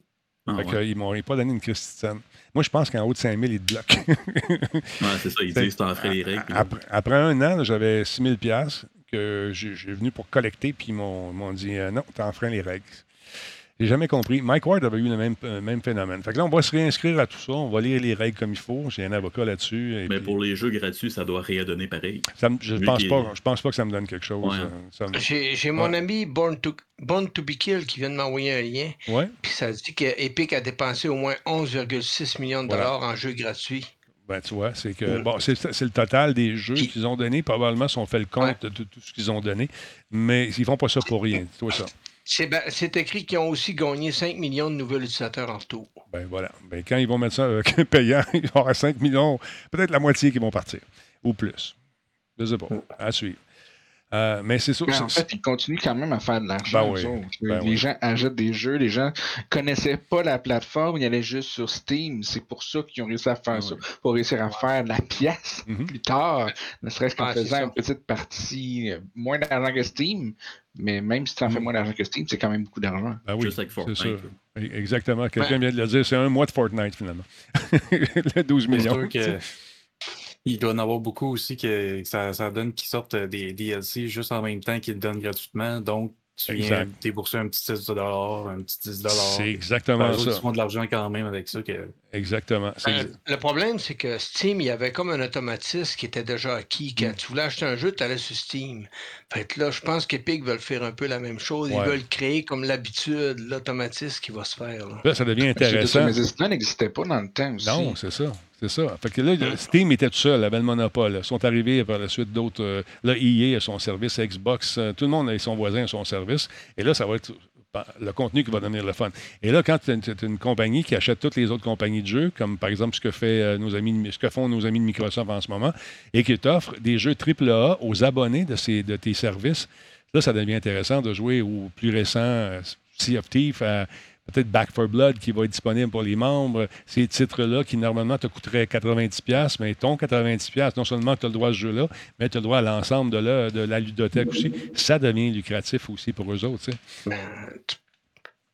Fait ouais. qu'ils ne m'ont pas donné une christine. Moi, je pense qu'en haut de cinq mille, ils te bloquent. Ouais, c'est ça. Ils disent « Tu as enfreint les règles. » Après, après un an, j'avais six mille dollars que j'ai venu pour collecter, puis ils m'ont dit euh, « Non, tu as enfreint les règles. » J'ai jamais compris. Mike Ward avait eu le même, euh, même phénomène. Fait que là, on va se réinscrire à tout ça. On va lire les règles comme il faut. J'ai un avocat là-dessus. Mais puis... pour les jeux gratuits, ça doit rien donner pareil. Ça, je ne pense, pas, je pense pas que ça me donne quelque chose. Ouais. Ça, ça me... J'ai, j'ai mon ouais. ami Born to, Born to be Killed qui vient de m'envoyer un lien. Ouais. Puis ça dit qu'Epic a dépensé au moins onze virgule six millions de dollars voilà. en jeux gratuits. Ben, tu vois, c'est que bon, c'est, c'est le total des jeux puis... qu'ils ont donnés. Probablement, si on fait le compte ouais. de tout, tout ce qu'ils ont donné. Mais ils font pas ça pour rien. C'est toi ça. C'est, ben, c'est écrit qu'ils ont aussi gagné cinq millions de nouveaux utilisateurs en tout. Ben voilà. Ben, quand ils vont mettre ça euh, payant, il y aura cinq millions, peut-être la moitié qui vont partir. Ou plus. Je ne sais pas. À suivre. Euh, mais c'est sûr. Mais en fait, ils continuent quand même à faire de l'argent. Ben oui, ben les oui. gens achètent des jeux, les gens connaissaient pas la plateforme, ils allaient juste sur Steam. C'est pour ça qu'ils ont réussi à faire ben ça, oui. pour réussir à faire la pièce mm-hmm. plus tard, ne serait-ce qu'en ah, faisant une petite partie, moins d'argent que Steam. Mais même si tu en fais moins d'argent que Steam, c'est quand même beaucoup d'argent. Ben oui, juste avec Fortnite. C'est ça. Exactement. Quelqu'un ben... vient de le dire, c'est un mois de Fortnite finalement. Le douze millions. Que... Il doit en avoir beaucoup aussi que ça, ça donne qu'ils sortent des D L C juste en même temps qu'ils le donnent gratuitement. Donc, tu viens exact. débourser un petit six dollars, un petit dix dollars. C'est exactement ça. Ils font de l'argent quand même avec ça. Que... Exactement. C'est... Euh, le problème, c'est que Steam, il y avait comme un automatisme qui était déjà acquis. Quand mm. tu voulais acheter un jeu, tu allais sur Steam. Fait que là, je pense qu'Epic veulent faire un peu la même chose. Ils ouais. veulent créer comme l'habitude, l'automatisme qui va se faire. Là, là ça devient intéressant. Mais ça n'existait pas dans le temps aussi. Non, c'est ça. C'est ça. Fait que là, Steam était tout seul, avait le monopole. Ils sont arrivés par la suite d'autres. Euh, là, E A a son service, Xbox, euh, tout le monde et son voisin a son service. Et là, ça va être le contenu qui va devenir le fun. Et là, quand tu es une compagnie qui achète toutes les autres compagnies de jeux, comme par exemple ce que, fait, euh, nos amis, ce que font nos amis de Microsoft en ce moment, et qui t'offrent des jeux triple A aux abonnés de, ces, de tes services, là, ça devient intéressant de jouer au plus récent euh, Sea of Thieves, à peut-être Back four Blood qui va être disponible pour les membres. Ces titres-là qui, normalement, te coûteraient quatre-vingt-dix dollars, mais ton quatre-vingt-dix dollars, non seulement tu as le droit à ce jeu-là, mais tu as le droit à l'ensemble de la, de la ludothèque aussi. Ça devient lucratif aussi pour eux autres. Tu sais. Ben, tu,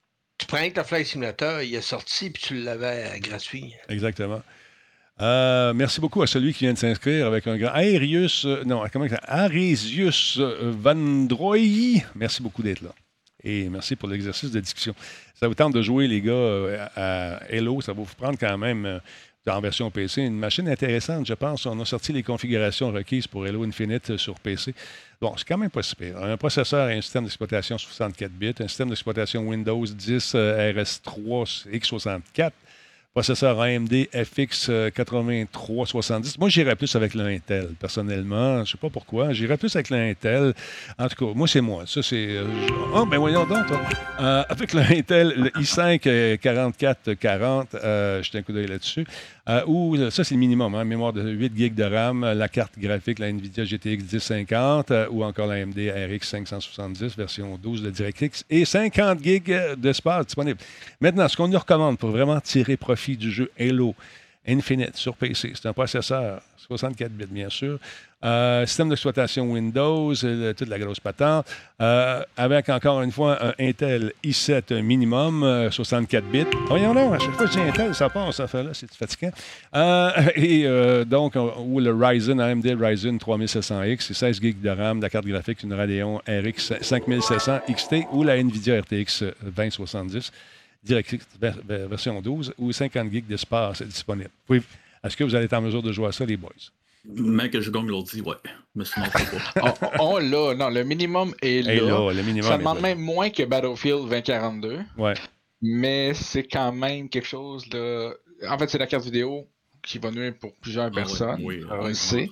tu prends que le Flight Simulator, il est sorti, puis tu l'avais euh, gratuit. Exactement. Euh, merci beaucoup à celui qui vient de s'inscrire avec un grand Arius, euh, non, comment ça Arisius Vandroy. Merci beaucoup d'être là. Et merci pour l'exercice de discussion. Ça vous tente de jouer, les gars, euh, à Halo, ça va vous prendre quand même, euh, en version P C, une machine intéressante, je pense. On a sorti les configurations requises pour Halo Infinite sur P C. Bon, c'est quand même pas si pire. Un processeur et un système d'exploitation soixante-quatre bits, un système d'exploitation Windows dix euh, R S trois X soixante-quatre, processeur A M D F X quatre-vingt-trois soixante-dix. Moi, j'irais plus avec l'Intel, personnellement. Je ne sais pas pourquoi. J'irais plus avec l'Intel. En tout cas, moi, c'est moi. Ça, c'est... Euh, je... Oh, ben voyons donc, toi. Euh, avec l'Intel, le i cinq quarante-quatre quarante, euh, jetez un coup d'œil là-dessus. Euh, ou, ça, c'est le minimum. Hein, mémoire de huit gigs de RAM, la carte graphique, la NVIDIA G T X dix cinquante, euh, ou encore la A M D R X cinq cent soixante-dix, version douze de DirectX, et cinquante gigs d'espace disponible. Maintenant, ce qu'on nous recommande pour vraiment tirer profit du jeu Halo Infinite sur P C, c'est un processeur soixante-quatre bits, bien sûr. Euh, système d'exploitation Windows, euh, toute la grosse patente. Euh, avec encore une fois un Intel i sept minimum, euh, soixante-quatre bits. Voyons là, à chaque fois que je dis Intel, ça passe, ça fait là, c'est fatigant. Euh, et euh, donc, ou le Ryzen, A M D Ryzen trois mille sept cents X, c'est seize gigs de RAM, la carte graphique, une Radeon R X cinq mille sept cents X T ou la NVIDIA R T X vingt soixante-dix. DirectX version douze ou cinquante gigs d'espace disponible. Oui. Est-ce que vous allez être en mesure de jouer à ça, les boys? Mais que je gagne l'ordi, ouais. Mais sinon, pas. on, on l'a, non, le minimum est là. Et là le minimum ça demande même moins que Battlefield vingt quarante-deux. Ouais. Mais c'est quand même quelque chose de. En fait, c'est la carte vidéo qui va nuire pour plusieurs ah, personnes. Oui, oui, on le sait.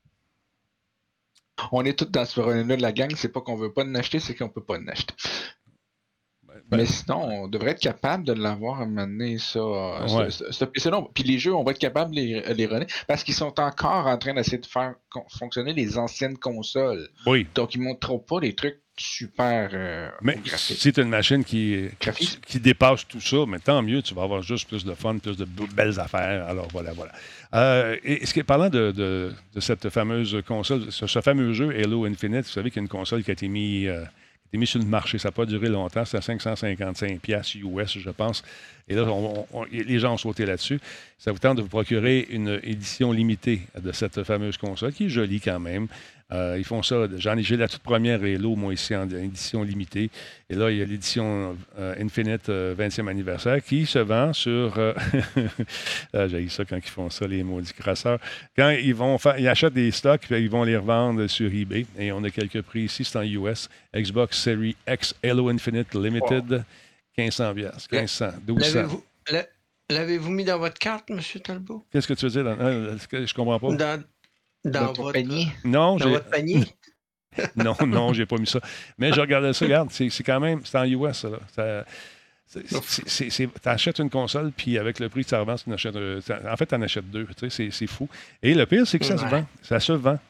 On est tous dans ce problème-là de la gang, c'est pas qu'on veut pas en acheter, c'est qu'on peut pas en acheter. Ben, mais sinon, on devrait être capable de l'avoir à un moment donné, ça. Ouais. Ce, ce, ce, non. Puis les jeux, on va être capable de les, les runner parce qu'ils sont encore en train d'essayer de faire fonctionner les anciennes consoles. Oui. Donc, ils ne montreront pas des trucs super. Euh, mais si c'est une machine qui, qui, qui dépasse tout ça, mais tant mieux, tu vas avoir juste plus de fun, plus de belles affaires. Alors voilà, voilà. Euh, et ce qui est parlant de, de, de cette fameuse console, ce, ce fameux jeu Halo Infinite, vous savez qu'il y a une console qui a été mise. Euh, été mis sur le marché. Ça n'a pas duré longtemps. C'est à cinq cent cinquante-cinq dollars U S, je pense. Et là, on, on, les gens ont sauté là-dessus. Ça vous tente de vous procurer une édition limitée de cette fameuse console, qui est jolie quand même. Euh, ils font ça. J'en ai, j'ai la toute première Halo, moi, ici, en édition limitée. Et là, il y a l'édition euh, Infinite euh, vingtième anniversaire qui se vend sur... Euh, ah, j'ai ça quand ils font ça, les maudits crasseurs. Quand ils vont faire... Ils achètent des stocks, puis ils vont les revendre sur eBay. Et on a quelques prix ici, c'est en U S. Xbox Series X Halo Infinite Limited, wow. quinze cents dollars, quinze cents, douze cents. L'avez-vous, l'avez-vous mis dans votre carte, M. Talbot? Qu'est-ce que tu veux dire? Dans... Je comprends pas. Dans... Dans, dans votre panier? Non, dans j'ai... votre panier? non, non, j'ai pas mis ça. Mais je regardais ça, regarde, c'est, c'est quand même, c'est en U S, ça, là. Ça, c'est, c'est, c'est, c'est, t'achètes une console, puis avec le prix que ça revend, tu en achètes, en fait, tu en achètes deux. Tu sais, c'est, c'est fou. Et le pire, c'est que ça ouais. se vend. Ça se vend.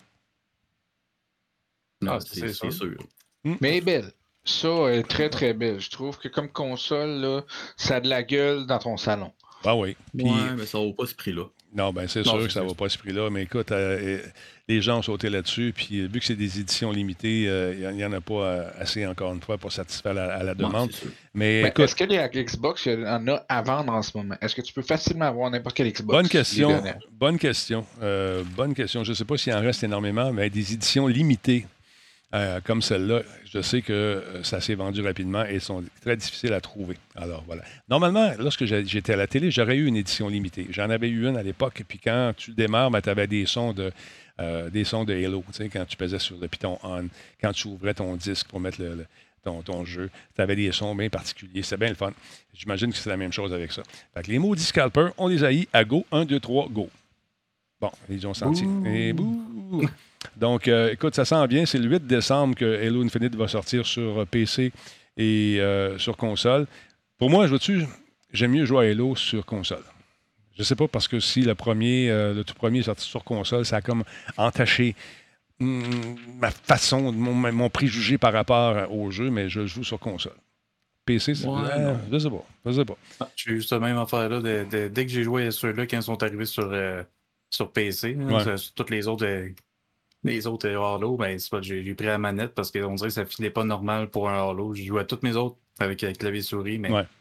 Non, ah, c'est, c'est, c'est sûr. Mm. Mais elle est belle. Ça est très, très belle. Je trouve que comme console, là, ça a de la gueule dans ton salon. Ah oui. Puis... Ouais, mais ça vaut pas ce prix-là. Non, bien, c'est non, sûr c'est que ça ne vaut pas ce prix-là, mais écoute, euh, les gens ont sauté là-dessus, puis vu que c'est des éditions limitées, il euh, n'y en a pas assez, encore une fois, pour satisfaire la, à la demande. Non, mais, mais écoute, est-ce que les Xbox, il y en a à vendre en ce moment? Est-ce que tu peux facilement avoir n'importe quel Xbox? Bonne question. Bonne question. Euh, bonne question. Je ne sais pas s'il en reste énormément, mais des éditions limitées. Euh, comme celle-là, je sais que euh, ça s'est vendu rapidement et sont très difficiles à trouver. Alors, voilà. Normalement, lorsque j'étais à la télé, j'aurais eu une édition limitée. J'en avais eu une à l'époque, puis quand tu démarres, ben, tu avais des sons de, euh, des sons de Halo, tu sais, quand tu pesais sur le piton on, quand tu ouvrais ton disque pour mettre le, le, ton, ton jeu, tu avais des sons bien particuliers. C'était bien le fun. J'imagine que c'est la même chose avec ça. Fait que les maudits scalpers, on les haït à go. un, deux, trois, go. Bon, ils ont senti. Bouh. Et bouh! Donc, euh, écoute, ça sent bien. C'est le huit décembre que Halo Infinite va sortir sur P C et euh, sur console. Pour moi, je veux-tu, j'aime mieux jouer à Halo sur console. Je sais pas, parce que si le premier, euh, le tout premier est sorti sur console, ça a comme entaché mm, ma façon, mon, mon préjugé par rapport au jeu, mais je joue sur console. P C, c'est... Ouais, euh, je sais pas. Je sais pas. Ah, j'ai eu cette même affaire-là. De, de, dès que j'ai joué à ceux-là, quand ils sont arrivés sur, euh, sur P C, ouais. là, sur toutes les autres... Euh, Les autres Halo, ben, c'est pas, j'ai, j'ai pris la manette parce qu'on dirait que ça filait pas normal pour un Halo. Je jouais à toutes mes autres avec, avec clavier souris, mais ouais.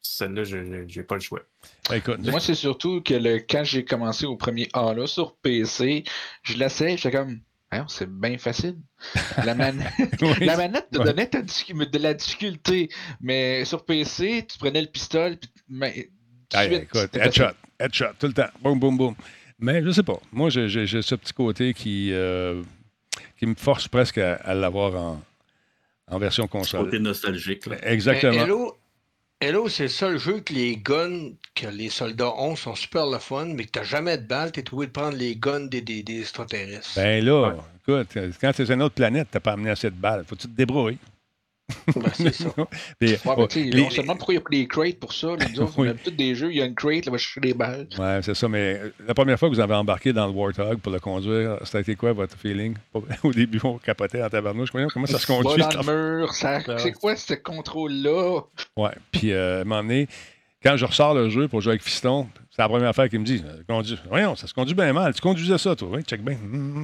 celle-là, j'ai, j'ai pas le choix. Écoute, moi, c'est surtout que le, quand j'ai commencé au premier A-là sur P C, je l'essaie, j'étais comme, hein, c'est bien facile. La, man... oui, la manette te ouais. donnait ta, de la difficulté, mais sur P C, tu prenais le pistolet, puis mais, ah, suite, écoute, headshot, headshot, tout le temps, boum, boum, boum. Mais je sais pas, moi, j'ai, j'ai, j'ai ce petit côté qui, euh, qui me force presque à, à l'avoir en, en version console. Côté nostalgique. Là. Exactement. Mais Hello, Hello, c'est le seul jeu que les guns que les soldats ont sont super le fun, mais que t'as jamais de balles, t'es trouvé de prendre les guns des, des, des extraterrestres. Ben là, ouais. écoute, quand t'es sur une autre planète, t'as pas amené assez de balles. Faut que tu te débrouilles. Ben, c'est ça. Puis, ouais, oh, les... On se demande pourquoi il n'y a pas des crates pour ça. Les autres, oui. On a tous des jeux, il y a une crate, là, va chercher des balles. Ouais, c'est ça, mais la première fois que vous avez embarqué dans le Warthog pour le conduire, ça a été quoi votre feeling? Au début, on capotait en tabarnouche. Comment ça se conduit? Dans le mur, ça... c'est quoi ce contrôle-là? Ouais, puis euh, à un moment donné, quand je ressors le jeu pour jouer avec Fiston, c'est la première affaire qu'il me dit. Conduis. Voyons, ça se conduit bien mal. Tu conduisais ça, toi. Oui, check bien.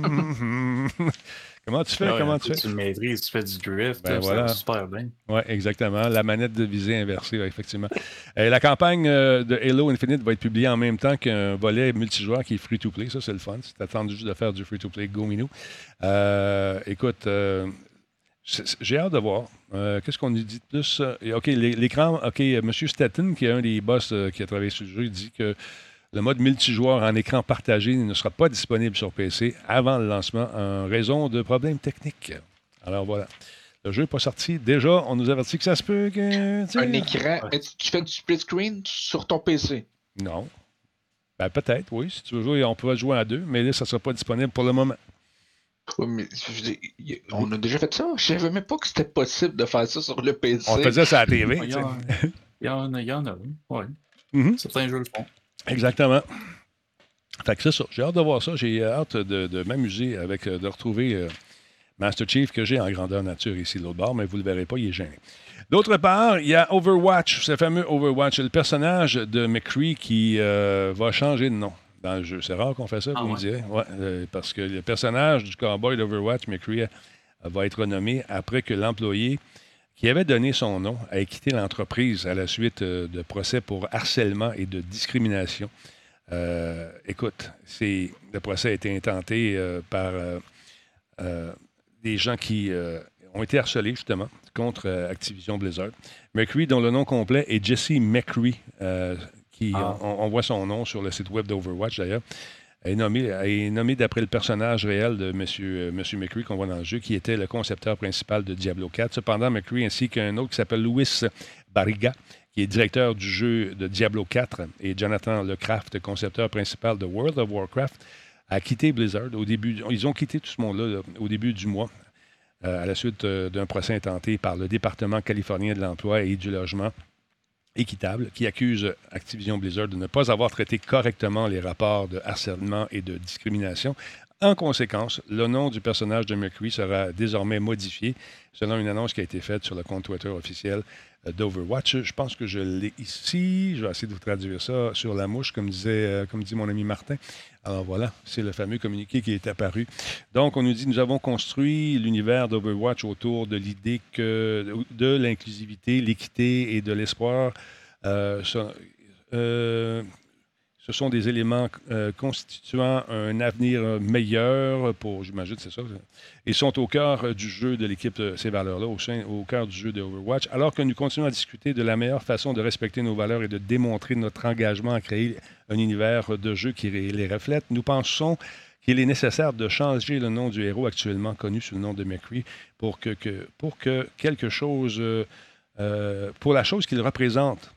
Comment tu fais? Ouais, Comment tu fais? Tu le maîtrises, tu fais du drift, ben là, voilà. Ça va super bien. Oui, exactement. La manette de visée inversée, ouais, effectivement. Et la campagne euh, de Halo Infinite va être publiée en même temps qu'un volet multijoueur qui est free-to-play. Ça, c'est le fun. Si tu attends juste de faire du free-to-play, go minou. Euh, écoute, euh, j'ai hâte de voir. Euh, qu'est-ce qu'on nous dit de plus? OK, l'écran, OK, M. Stetton, qui est un des boss euh, qui a travaillé sur le jeu, il dit que le mode multijoueur en écran partagé ne sera pas disponible sur P C avant le lancement en raison de problèmes techniques. Alors voilà. Le jeu n'est pas sorti. Déjà, on nous avertit que ça se peut que... Un écran... Ouais. Tu fais du split screen sur ton P C? Non. Ben, peut-être, oui. Si tu veux jouer, on pourra jouer à deux, mais là, ça ne sera pas disponible pour le moment. Oui, mais je dis, on a déjà fait ça. Je ne savais même pas que c'était possible de faire ça sur le P C. On faisait ça à la T V. Il y, en, il, y en a, il y en a, oui. Mm-hmm. Certains jeux le font. Exactement. Fait que c'est ça. J'ai hâte de voir ça. J'ai hâte de, de m'amuser avec, de retrouver euh, Master Chief que j'ai en grandeur nature ici de l'autre bord, mais vous ne le verrez pas, il est gêné. D'autre part, il y a Overwatch, ce fameux Overwatch, le personnage de McCree qui euh, va changer de nom dans le jeu. C'est rare qu'on fait ça, ah, vous ouais. me direz. Ouais, euh, parce que le personnage du cowboy d'Overwatch, McCree, euh, va être renommé après que l'employé qui avait donné son nom a quitté l'entreprise à la suite euh, de procès pour harcèlement et de discrimination. Euh, écoute, c'est, le procès a été intenté euh, par euh, euh, des gens qui euh, ont été harcelés, justement, contre euh, Activision Blizzard. McCree, dont le nom complet est Jesse McCree, euh, qui, ah. on, on voit son nom sur le site web d'Overwatch, d'ailleurs, est nommé, est nommé d'après le personnage réel de M. Euh, Monsieur McCree qu'on voit dans le jeu, qui était le concepteur principal de Diablo quatre. Cependant, McCree ainsi qu'un autre qui s'appelle Luis Barriga, qui est directeur du jeu de Diablo quatre, et Jonathan Lecraft, concepteur principal de World of Warcraft, a quitté Blizzard au début. Ils ont quitté tout ce monde-là là, au début du mois, euh, à la suite euh, d'un procès intenté par le département californien de l'emploi et du logement équitable, qui accuse Activision Blizzard de ne pas avoir traité correctement les rapports de harcèlement et de discrimination. En conséquence, le nom du personnage de McCree sera désormais modifié selon une annonce qui a été faite sur le compte Twitter officiel d'Overwatch. Je pense que je l'ai ici. Je vais essayer de vous traduire ça sur la mouche, comme disait, euh, comme dit mon ami Martin. Alors voilà, c'est le fameux communiqué qui est apparu. Donc, on nous dit, nous avons construit l'univers d'Overwatch autour de l'idée que de l'inclusivité, l'équité et de l'espoir. Euh, ça, euh, Ce sont des éléments euh, constituant un avenir meilleur pour, j'imagine, c'est ça, et sont au cœur du jeu de l'équipe, de ces valeurs-là, au, sein, au cœur du jeu de Overwatch, alors que nous continuons à discuter de la meilleure façon de respecter nos valeurs et de démontrer notre engagement à créer un univers de jeu qui les reflète. Nous pensons qu'il est nécessaire de changer le nom du héros actuellement connu sous le nom de McCree pour que, que, pour que quelque chose, euh, euh, pour la chose qu'il représente.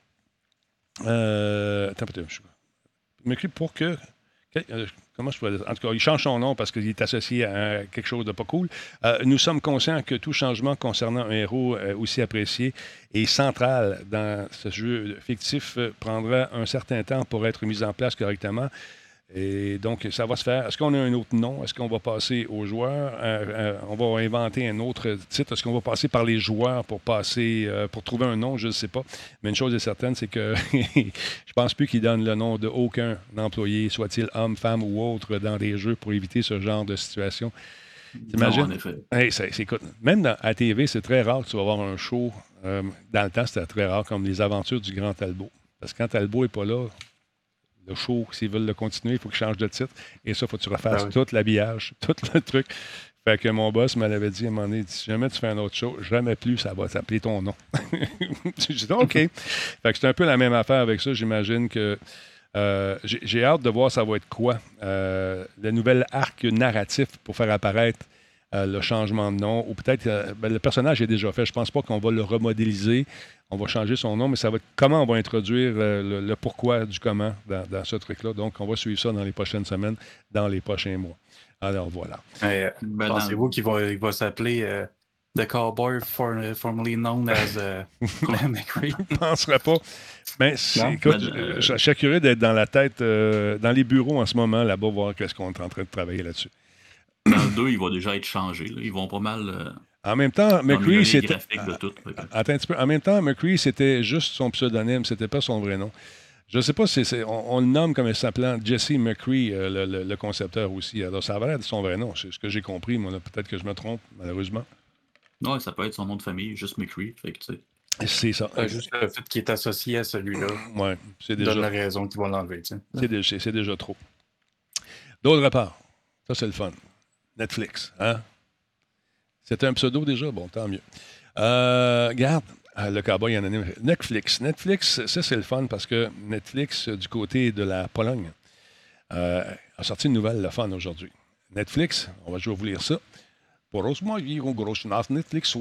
Euh, attends, peut-être, je McCree pour que... Euh, comment je pourrais dire? En tout cas, il change son nom parce qu'il est associé à quelque chose de pas cool. Euh, nous sommes conscients que tout changement concernant un héros euh, aussi apprécié et central dans ce jeu fictif euh, prendra un certain temps pour être mis en place correctement. Et donc, ça va se faire. Est-ce qu'on a un autre nom? Est-ce qu'on va passer aux joueurs? Euh, euh, on va inventer un autre titre? Est-ce qu'on va passer par les joueurs pour passer, euh, pour trouver un nom? Je ne sais pas. Mais une chose est certaine, c'est que je pense plus qu'ils donnent le nom de aucun employé, soit-il homme, femme ou autre, dans des jeux pour éviter ce genre de situation. T'imagines? Non, en effet. Hey, c'est, c'est, écoute, même dans, à la T V, c'est très rare que tu vas avoir un show Euh, dans le temps, c'était très rare, comme les aventures du Grand Talbot. Parce que quand Talbot n'est pas là, le show, s'ils veulent le continuer, il faut qu'ils changent de titre. Et ça, il faut que tu refasses ah oui. tout l'habillage, tout le truc. Fait que mon boss me l'avait dit à un moment donné, si jamais tu fais un autre show, jamais plus ça va s'appeler ton nom. J'ai dit OK. Fait que c'est un peu la même affaire avec ça. J'imagine que euh, j'ai, j'ai hâte de voir ça va être quoi. Euh, le nouvel arc narratif pour faire apparaître euh, le changement de nom. Ou peut-être, euh, ben, le personnage est déjà fait. Je pense pas qu'on va le remodéliser. On va changer son nom, mais ça va être comment on va introduire euh, le, le pourquoi du comment dans, dans ce truc-là. Donc, on va suivre ça dans les prochaines semaines, dans les prochains mois. Alors, voilà. Euh, ben, pensez-vous qu'il va, il va s'appeler euh, The Cowboy for, formerly known as uh, Glenn McCree? Je ne penserais pas. Mais écoute, ben, je, je serais curieux d'être dans la tête, euh, dans les bureaux en ce moment, là-bas, voir qu'est-ce qu'on est en train de travailler là-dessus. Dans le deux, il va déjà être changé. Là. Ils vont pas mal... Euh... En même temps, McCree, c'était... Tout, Attends un petit peu. En même temps, McCree, c'était juste son pseudonyme, c'était pas son vrai nom. Je ne sais pas si c'est, on, on le nomme comme s'appelant Jesse McCree, euh, le, le, le concepteur aussi. Alors, ça va être son vrai nom. C'est ce que j'ai compris. Moi, là, peut-être que je me trompe, malheureusement. Non, ça peut être son nom de famille, juste McCree. Fait que, tu sais. C'est ça. Euh, juste le fait qu'il est associé à celui-là. Ouais, c'est déjà. Donne la raison qu'ils vont l'enlever. Tu sais. C'est, déjà, c'est déjà trop. D'autre part, ça, c'est le fun. Netflix, hein? C'était un pseudo déjà? Bon, tant mieux. Euh, regarde. Ah, le cowboy anonyme. Netflix. Netflix, ça, c'est le fun parce que Netflix, du côté de la Pologne, euh, a sorti une nouvelle, le fun, aujourd'hui. Netflix, on va, je vais vous lire ça. Netflix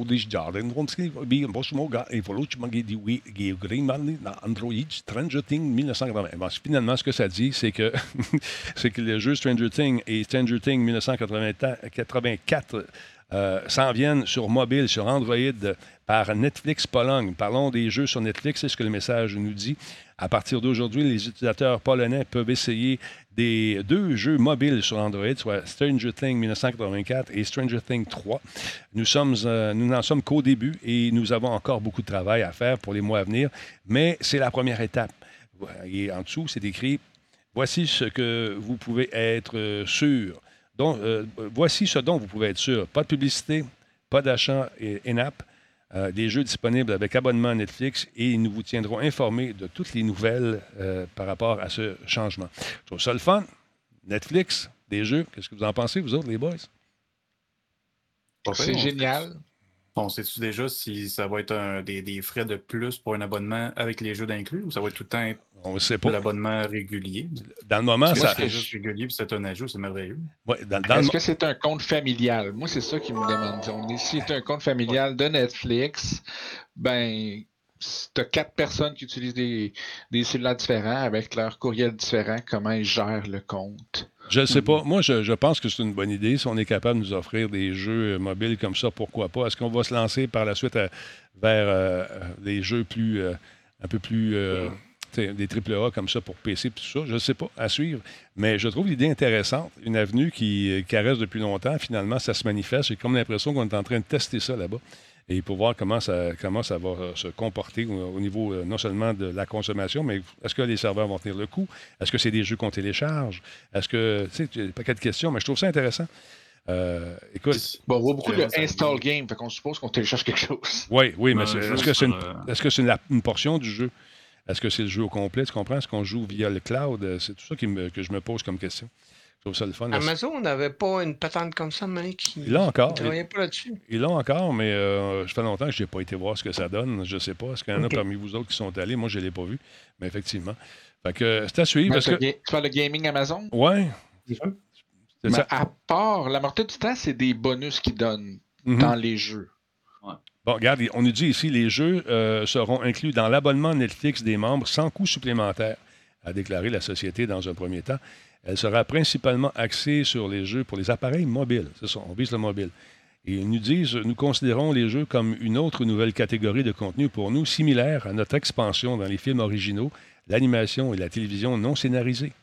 Android Stranger Things dix-neuf cent quatre-vingts. Bon, finalement, ce que ça dit, c'est que, c'est que le jeu Stranger Things et Stranger Things dix-neuf cent quatre-vingt-quatre Euh, s'en viennent sur mobile, sur Android, par Netflix Pologne. Parlons des jeux sur Netflix, c'est ce que le message nous dit. À partir d'aujourd'hui, les utilisateurs polonais peuvent essayer des deux jeux mobiles sur Android, soit Stranger Things dix-neuf cent quatre-vingt-quatre et Stranger Things trois. Nous sommes, euh, nous n'en sommes qu'au début et nous avons encore beaucoup de travail à faire pour les mois à venir, mais c'est la première étape. Et en dessous, c'est écrit « Voici ce que vous pouvez être euh, sûr ». Donc, euh, voici ce dont vous pouvez être sûr. Pas de publicité, pas d'achat in-app, euh, des jeux disponibles avec abonnement à Netflix et nous vous tiendrons informés de toutes les nouvelles euh, par rapport à ce changement. Je trouve ça le fun. Netflix, des jeux. Qu'est-ce que vous en pensez, vous autres, les boys? C'est génial. On sait-tu déjà si ça va être un, des, des frais de plus pour un abonnement avec les jeux d'inclus ou ça va être tout le temps on sait pas. L'abonnement régulier? Dans le moment, ça... c'est juste régulier puis c'est un ajout, c'est merveilleux. Ouais, dans, dans Est-ce le... que c'est un compte familial? Moi, c'est ça qui me demande. On est, si c'est un compte familial de Netflix, ben... tu as quatre personnes qui utilisent des, des cellulaires différents avec leurs courriels différents, comment ils gèrent le compte? Je ne sais pas. Moi, je, je pense que c'est une bonne idée. Si on est capable de nous offrir des jeux mobiles comme ça, pourquoi pas? Est-ce qu'on va se lancer par la suite à, vers euh, les jeux plus euh, un peu plus... Euh, des triple A comme ça pour P C et tout ça? Je ne sais pas. À suivre. Mais je trouve l'idée intéressante. Une avenue qui, qui reste depuis longtemps. Finalement, ça se manifeste. J'ai comme l'impression qu'on est en train de tester ça là-bas. Et pour voir comment ça, comment ça va euh, se comporter au, au niveau euh, non seulement de la consommation, mais est-ce que les serveurs vont tenir le coup? Est-ce que c'est des jeux qu'on télécharge? Est-ce que, tu sais, il y a pas de questions, mais je trouve ça intéressant. Euh, écoute. Bon, on voit beaucoup de install game, fait qu'on suppose qu'on télécharge quelque chose. Oui, oui, mais est, est-ce que c'est, une, est-ce que c'est une, une portion du jeu? Est-ce que c'est le jeu au complet? Tu comprends? Est-ce qu'on joue via le cloud? C'est tout ça qui me, que je me pose comme question. Je trouve ça le fun. Amazon n'avait pas une patente comme ça, mais qui il l'a encore. ne travaillait pas là-dessus. Ils l'ont encore, mais euh, ça fait longtemps que je n'ai pas été voir ce que ça donne. Je ne sais pas. Est-ce qu'il y en a okay. parmi vous autres qui sont allés? Moi, je ne l'ai pas vu. Mais effectivement. Fait que c'est à suivre. Parce que... Tu parles de gaming Amazon? Oui. C'est ça. C'est mais ça. À part, la moitié du temps, c'est des bonus qu'ils donnent mm-hmm. dans les jeux. Ouais. Bon, regarde, on nous dit ici, les jeux euh, seront inclus dans l'abonnement Netflix des membres sans coût supplémentaire, a déclaré la société dans un premier temps. Elle sera principalement axée sur les jeux pour les appareils mobiles. C'est ça, on vise le mobile. Et ils nous disent, nous considérons les jeux comme une autre nouvelle catégorie de contenu pour nous, similaire à notre expansion dans les films originaux, l'animation et la télévision non scénarisée.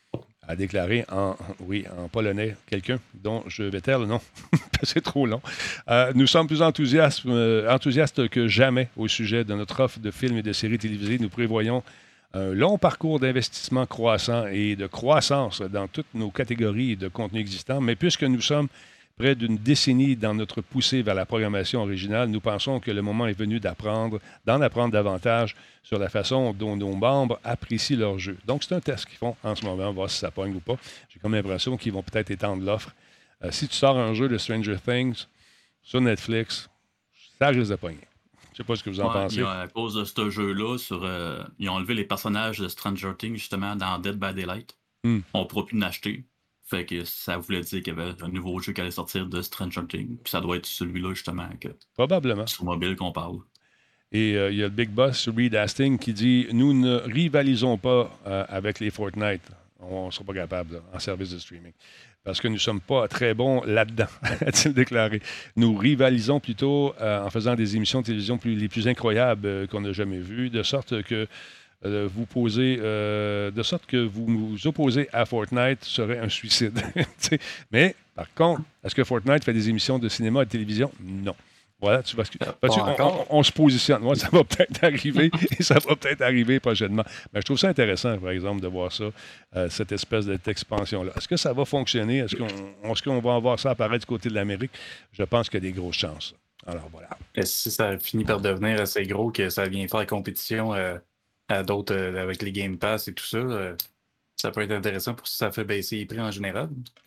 A déclaré en, oui, en polonais quelqu'un dont je vais taire le nom. C'est trop long. Euh, nous sommes plus enthousiastes, euh, enthousiastes que jamais au sujet de notre offre de films et de séries télévisées. Nous prévoyons un long parcours d'investissement croissant et de croissance dans toutes nos catégories de contenus existants. Mais puisque nous sommes près d'une décennie dans notre poussée vers la programmation originale, nous pensons que le moment est venu d'apprendre, d'en apprendre davantage sur la façon dont nos membres apprécient leur jeu. Donc, c'est un test qu'ils font en ce moment, voir si ça pogne ou pas. J'ai comme l'impression qu'ils vont peut-être étendre l'offre. Euh, si tu sors un jeu de Stranger Things sur Netflix, ça risque de pogner. Je ne sais pas ce que vous en ouais, pensez. À cause de ce jeu-là, sur, euh, ils ont enlevé les personnages de Stranger Things, justement, dans Dead by Daylight. Mm. On ne pourra plus l'acheter. Fait que ça voulait dire qu'il y avait un nouveau jeu qui allait sortir de Stranger Things. Puis ça doit être celui-là, justement, que, probablement. Sur mobile qu'on parle. Et il euh, y a le big boss, Reed Hastings, qui dit « Nous ne rivalisons pas euh, avec les Fortnite. On ne sera pas capable là, en service de streaming. Parce que nous ne sommes pas très bons là-dedans, a-t-il déclaré. Nous rivalisons plutôt euh, en faisant des émissions de télévision plus, les plus incroyables euh, qu'on n'a jamais vues, de sorte que Euh, vous posez, euh, de sorte que vous vous opposez à Fortnite serait un suicide. Mais, par contre, est-ce que Fortnite fait des émissions de cinéma et de télévision? Non. Voilà, tu vois, parce qu'on on, on se positionne. Moi, ça va peut-être arriver et ça va peut-être arriver prochainement. Mais je trouve ça intéressant, par exemple, de voir ça, euh, cette espèce d'expansion-là. Est-ce que ça va fonctionner? Est-ce qu'on, est-ce qu'on va voir ça apparaître du côté de l'Amérique? Je pense qu'il y a des grosses chances. Alors, voilà. Et si ça finit par devenir assez gros que ça vient faire compétition... Euh... à d'autres euh, avec les Game Pass et tout ça, euh, ça peut être intéressant pour si ça fait baisser les prix en général.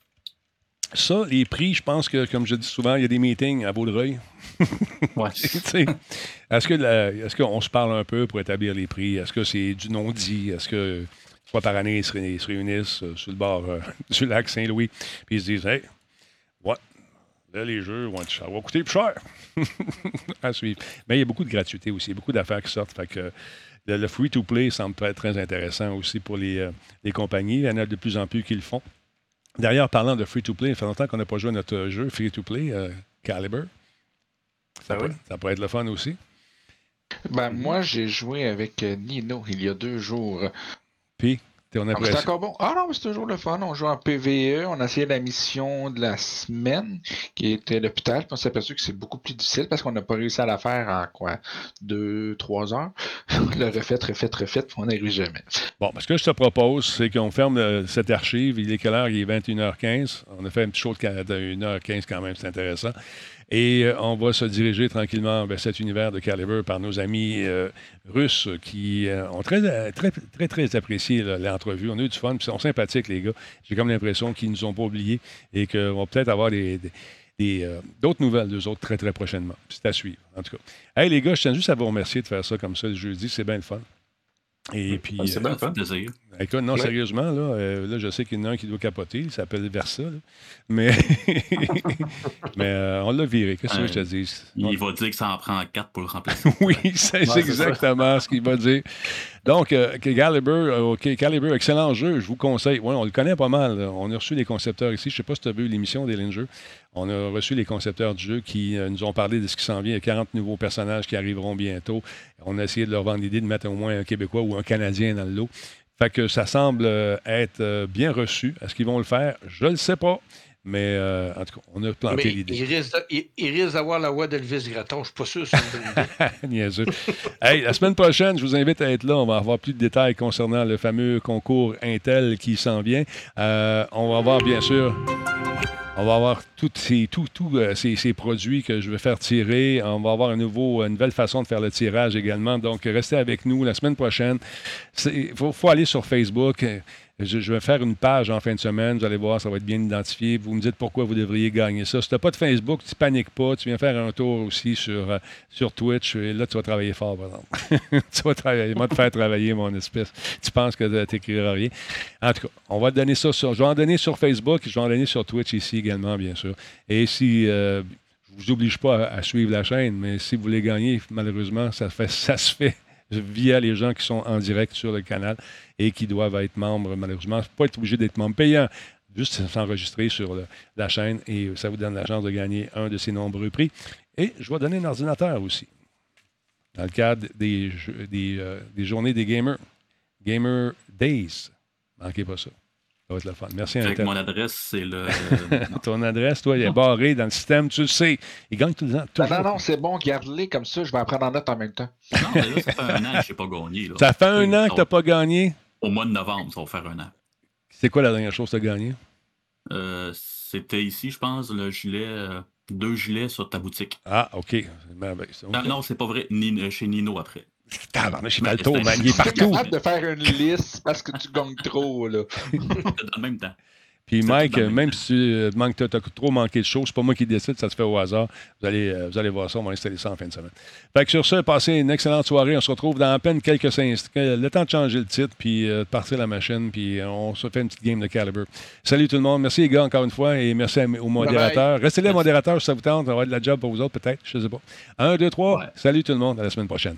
Ça, les prix, je pense que, comme je dis souvent, il y a des meetings à Vaudreuil. Ouais. Est-ce que la, est-ce qu'on se parle un peu pour établir les prix? Est-ce que c'est du non-dit? Est-ce que, une fois par année, ils se, ils se réunissent euh, sur le bord euh, du lac Saint-Louis, puis ils se disent « Hey, what? Là, les jeux, ouais, ça va coûter plus cher. » À suivre. Mais il y a beaucoup de gratuité aussi, il y a beaucoup d'affaires qui sortent, fait que le, le free-to-play semble être très intéressant aussi pour les, euh, les compagnies. Il y en a de plus en plus qui le font. D'ailleurs, parlant de free-to-play, il fait longtemps qu'on n'a pas joué à notre jeu free-to-play, euh, Caliber. Ça, ah peut, oui? ça pourrait être le fun aussi. Ben, mm-hmm. Moi, j'ai joué avec Nino il y a deux jours. Puis, t'es en impression. C'est encore bon. Ah non, c'est toujours le fun. On joue en P V E. On a essayé la mission de la semaine, qui était l'hôpital. Puis on s'est aperçu que c'est beaucoup plus difficile parce qu'on n'a pas réussi à la faire en quoi? Deux, trois heures. On l'a refait, refait, refait, puis on n'arrive jamais. Bon, ce que je te propose, c'est qu'on ferme le, cette archive. Il est quelle heure? Il est vingt et une heures quinze. On a fait un petit show de une heure quinze quand même, c'est intéressant. Et euh, on va se diriger tranquillement vers cet univers de Caliber par nos amis euh, russes qui euh, ont très, très, très, très apprécié là, l'entrevue. On a eu du fun, puis ils sont sympathiques, les gars. J'ai comme l'impression qu'ils ne nous ont pas oubliés et qu'on va peut-être avoir des, des, des, euh, d'autres nouvelles d'eux autres très, très prochainement. C'est à suivre, en tout cas. Hey, les gars, je tiens juste à vous remercier de faire ça comme ça le jeudi. C'est bien le fun. Et puis, ah, c'est bien, ça fait plaisir. Écoute, non, ouais. sérieusement, là, euh, là, je sais qu'il y en a un qui doit capoter. Il s'appelle Versa. Là. Mais, mais euh, on l'a viré. Qu'est-ce que euh, je te dis? Il on... va dire que ça en prend quatre pour le remplacer. Oui, c'est ouais, exactement c'est ce qu'il va dire. Donc, euh, Caliber, OK, Caliber, excellent jeu. Je vous conseille. Ouais, on le connaît pas mal. Là. On a reçu les concepteurs ici. Je ne sais pas si tu as vu l'émission des Lingers. On a reçu les concepteurs du jeu qui euh, nous ont parlé de ce qui s'en vient. Il y a quarante nouveaux personnages qui arriveront bientôt. On a essayé de leur vendre l'idée de mettre au moins un Québécois ou un Canadien dans le lot. Fait que ça semble être euh, bien reçu. Est-ce qu'ils vont le faire? Je ne le sais pas. Mais euh, en tout cas, on a planté mais l'idée. Il risque, de, il, il risque d'avoir la voix d'Elvis Gratton. Je ne suis pas sûr. C'est Niaiseux. Hey, la semaine prochaine, je vous invite à être là. On va avoir plus de détails concernant le fameux concours Intel qui s'en vient. Euh, on va avoir, bien sûr... On va avoir tous ces, tout, tout, euh, ces, ces produits que je vais faire tirer. On va avoir un nouveau, une nouvelle façon de faire le tirage également. Donc, restez avec nous la semaine prochaine. Il faut, faut aller sur Facebook. Je, je vais faire une page en fin de semaine. Vous allez voir, ça va être bien identifié. Vous me dites pourquoi vous devriez gagner ça. Si tu n'as pas de Facebook, tu ne paniques pas. Tu viens faire un tour aussi sur, euh, sur Twitch. Et là, tu vas travailler fort, par exemple. tu vas travailler. Moi, te faire travailler, mon espèce. Tu penses que tu n'écriras rien. En tout cas, on va te donner ça sur... Je vais en donner sur Facebook. Je vais en donner sur Twitch ici également, bien sûr. Et si... Euh, je ne vous oblige pas à, à suivre la chaîne, mais si vous voulez gagner, malheureusement, ça, fait, ça se fait via les gens qui sont en direct sur le canal et qui doivent être membres, malheureusement. Il ne faut pas être obligé d'être membre payant, juste s'enregistrer sur le, la chaîne et ça vous donne la chance de gagner un de ces nombreux prix. Et je vais donner un ordinateur aussi, dans le cadre des, des, euh, des journées des gamers. Gamer Days. Manquez pas ça. Ça va être le fun. Merci, Intel. Mon adresse, c'est le... Ton adresse, toi, il est barré dans le système, tu le sais. Il gagne tout le temps. Non, non, non, c'est bon, garde-les comme ça, je vais en prendre en note en même temps. Non, mais là, ça fait un an que je n'ai pas gagné. Là. Ça fait un an que tu n'as pas gagné? Au mois de novembre, ça va faire un an. C'est quoi la dernière chose que tu as gagné? Euh, C'était ici, je pense, le gilet, euh, deux gilets sur ta boutique. Ah, OK. Ben, ben, c'est okay. Non, non, c'est pas vrai. Ni, chez Nino après. Tabarnak, je suis mal tôt, man. Il est partout. Tu es capable de faire une liste parce que tu gagnes trop, là. En même temps. Puis Mike, même si tu as trop manqué de choses, c'est pas moi qui décide, ça se fait au hasard. Vous allez, euh, vous allez voir ça, on va installer ça en fin de semaine. Fait que sur ce, passez une excellente soirée. On se retrouve dans à peine quelques instants. Le temps de changer le titre, puis euh, de partir la machine, puis on se fait une petite game de Calibre. Salut tout le monde. Merci les gars encore une fois et merci à, aux modérateurs. Restez là, modérateurs, si ça vous tente. On va avoir de la job pour vous autres, peut-être. Je sais pas. Un, deux, trois. Ouais. Salut tout le monde. À la semaine prochaine.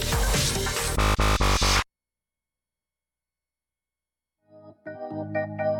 Thank you.